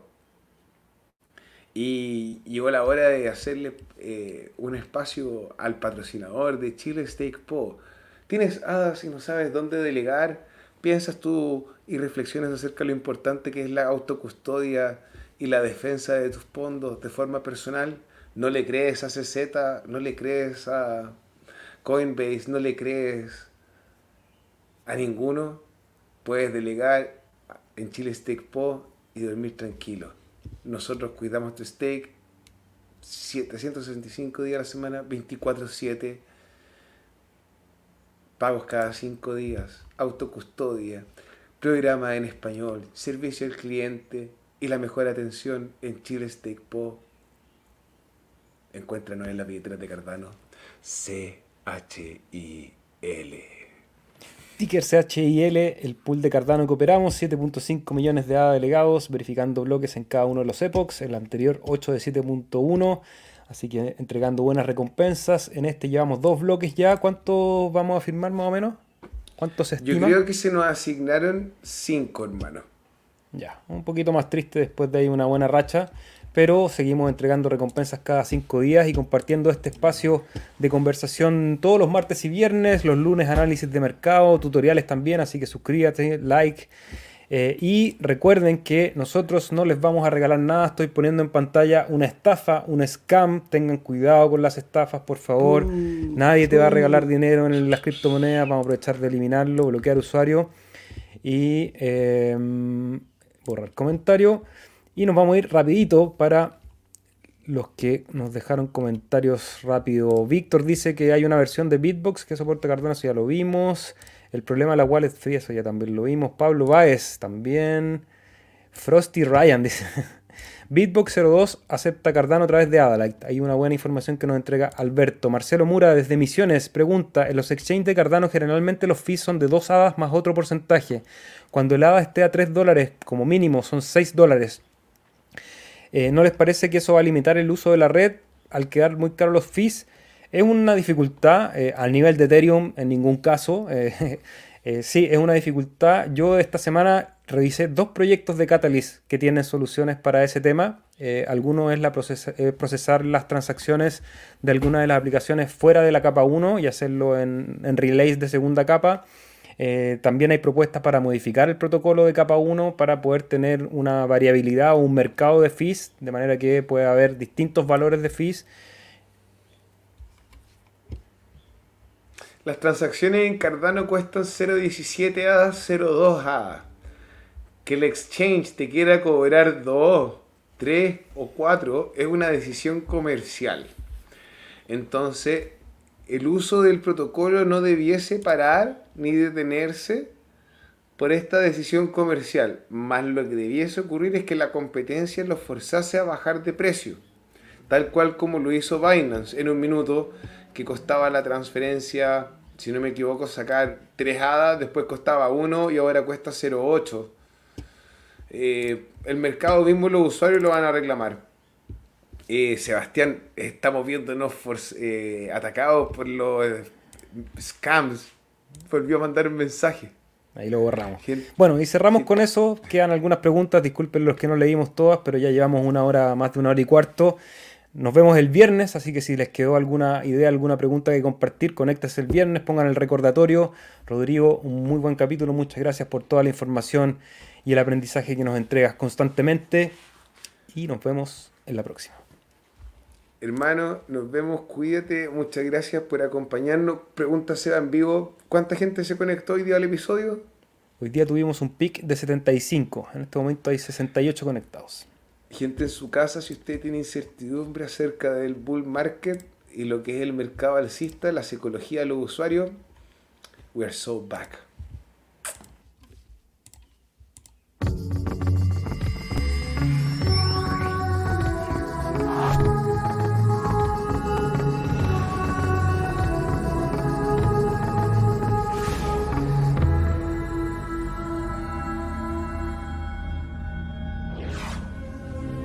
Y llegó la hora de hacerle eh, un espacio al patrocinador de Chile Stake Po. ¿Tienes hadas y no sabes dónde delegar? ¿Piensas tú y reflexionas acerca de lo importante que es la autocustodia y la defensa de tus fondos de forma personal? No le crees a C Z, no le crees a Coinbase, no le crees a ninguno, puedes delegar en Chile Steak Po y dormir tranquilo. Nosotros cuidamos tu steak trescientos sesenta y cinco días a la semana, veinticuatro siete, pagos cada cinco días, autocustodia, programa en español, servicio al cliente y la mejor atención en Chile Steak Po. Encuéntranos en la billetera de Cardano. C H I L. Ticker C H I L, el pool de Cardano que operamos, siete punto cinco millones de A D A delegados, verificando bloques en cada uno de los epochs, el anterior ocho de siete punto uno, así que entregando buenas recompensas. En este llevamos dos bloques ya. ¿Cuánto vamos a firmar más o menos? ¿Cuánto se estima? Yo creo que se nos asignaron cinco, hermano. Ya, un poquito más triste después de ahí una buena racha, pero seguimos entregando recompensas cada cinco días y compartiendo este espacio de conversación todos los martes y viernes, los lunes análisis de mercado, tutoriales también, así que suscríbete, like, eh, y recuerden que nosotros no les vamos a regalar nada. Estoy poniendo en pantalla una estafa, un scam, tengan cuidado con las estafas, por favor. Uh, Nadie te va a regalar dinero en las criptomonedas, vamos a aprovechar de eliminarlo, bloquear usuario y eh, borrar comentario. Y nos vamos a ir rapidito para los que nos dejaron comentarios rápido. Víctor dice que hay una versión de Bitbox que soporta Cardano, eso ya lo vimos. El problema de la wallet free, eso ya también lo vimos. Pablo Báez también. Frosty Ryan dice Bitbox cero dos acepta Cardano a través de Adalite. Hay una buena información que nos entrega Alberto. Marcelo Mura desde Misiones pregunta: en los exchanges de Cardano generalmente los fees son de dos A D As más otro porcentaje. Cuando el A D A esté a tres dólares como mínimo son seis dólares. Eh, ¿No les parece que eso va a limitar el uso de la red al quedar muy caros los fees? Es una dificultad, eh, al nivel de Ethereum en ningún caso. Eh, eh, sí, es una dificultad. Yo esta semana revisé dos proyectos de Catalyst que tienen soluciones para ese tema. Eh, alguno es la procesa, eh, procesar las transacciones de alguna de las aplicaciones fuera de la capa uno y hacerlo en, en relays de segunda capa. Eh, también hay propuestas para modificar el protocolo de capa uno para poder tener una variabilidad o un mercado de fees, de manera que pueda haber distintos valores de fees. Las transacciones en Cardano cuestan cero punto diecisiete A D A, cero punto dos A D A. Que el exchange te quiera cobrar dos, tres o cuatro es una decisión comercial. Entonces, el uso del protocolo no debiese parar ni detenerse por esta decisión comercial. Más lo que debiese ocurrir es que la competencia los forzase a bajar de precio, tal cual como lo hizo Binance en un minuto, que costaba la transferencia, si no me equivoco, sacar tres A D A, después costaba uno y ahora cuesta cero punto ocho. Eh, el mercado mismo, los usuarios lo van a reclamar. Eh, Sebastián, estamos viéndonos eh, atacados por los eh, scams. Volvió a mandar un mensaje. Ahí lo borramos. Gente, bueno, y cerramos gente. Con eso. Quedan algunas preguntas. Disculpen los que no leímos todas, pero ya llevamos una hora, más de una hora y cuarto. Nos vemos el viernes, así que si les quedó alguna idea, alguna pregunta que compartir, conéctense el viernes, pongan el recordatorio. Rodrigo, un muy buen capítulo. Muchas gracias por toda la información y el aprendizaje que nos entregas constantemente. Y nos vemos en la próxima. Hermano, nos vemos, cuídate, muchas gracias por acompañarnos. Pregunta Seba en vivo, ¿cuánta gente se conectó hoy día al episodio? Hoy día tuvimos un pic de setenta y cinco, en este momento hay sesenta y ocho conectados. Gente en su casa, si usted tiene incertidumbre acerca del bull market y lo que es el mercado alcista, la psicología de los usuarios, we are so back.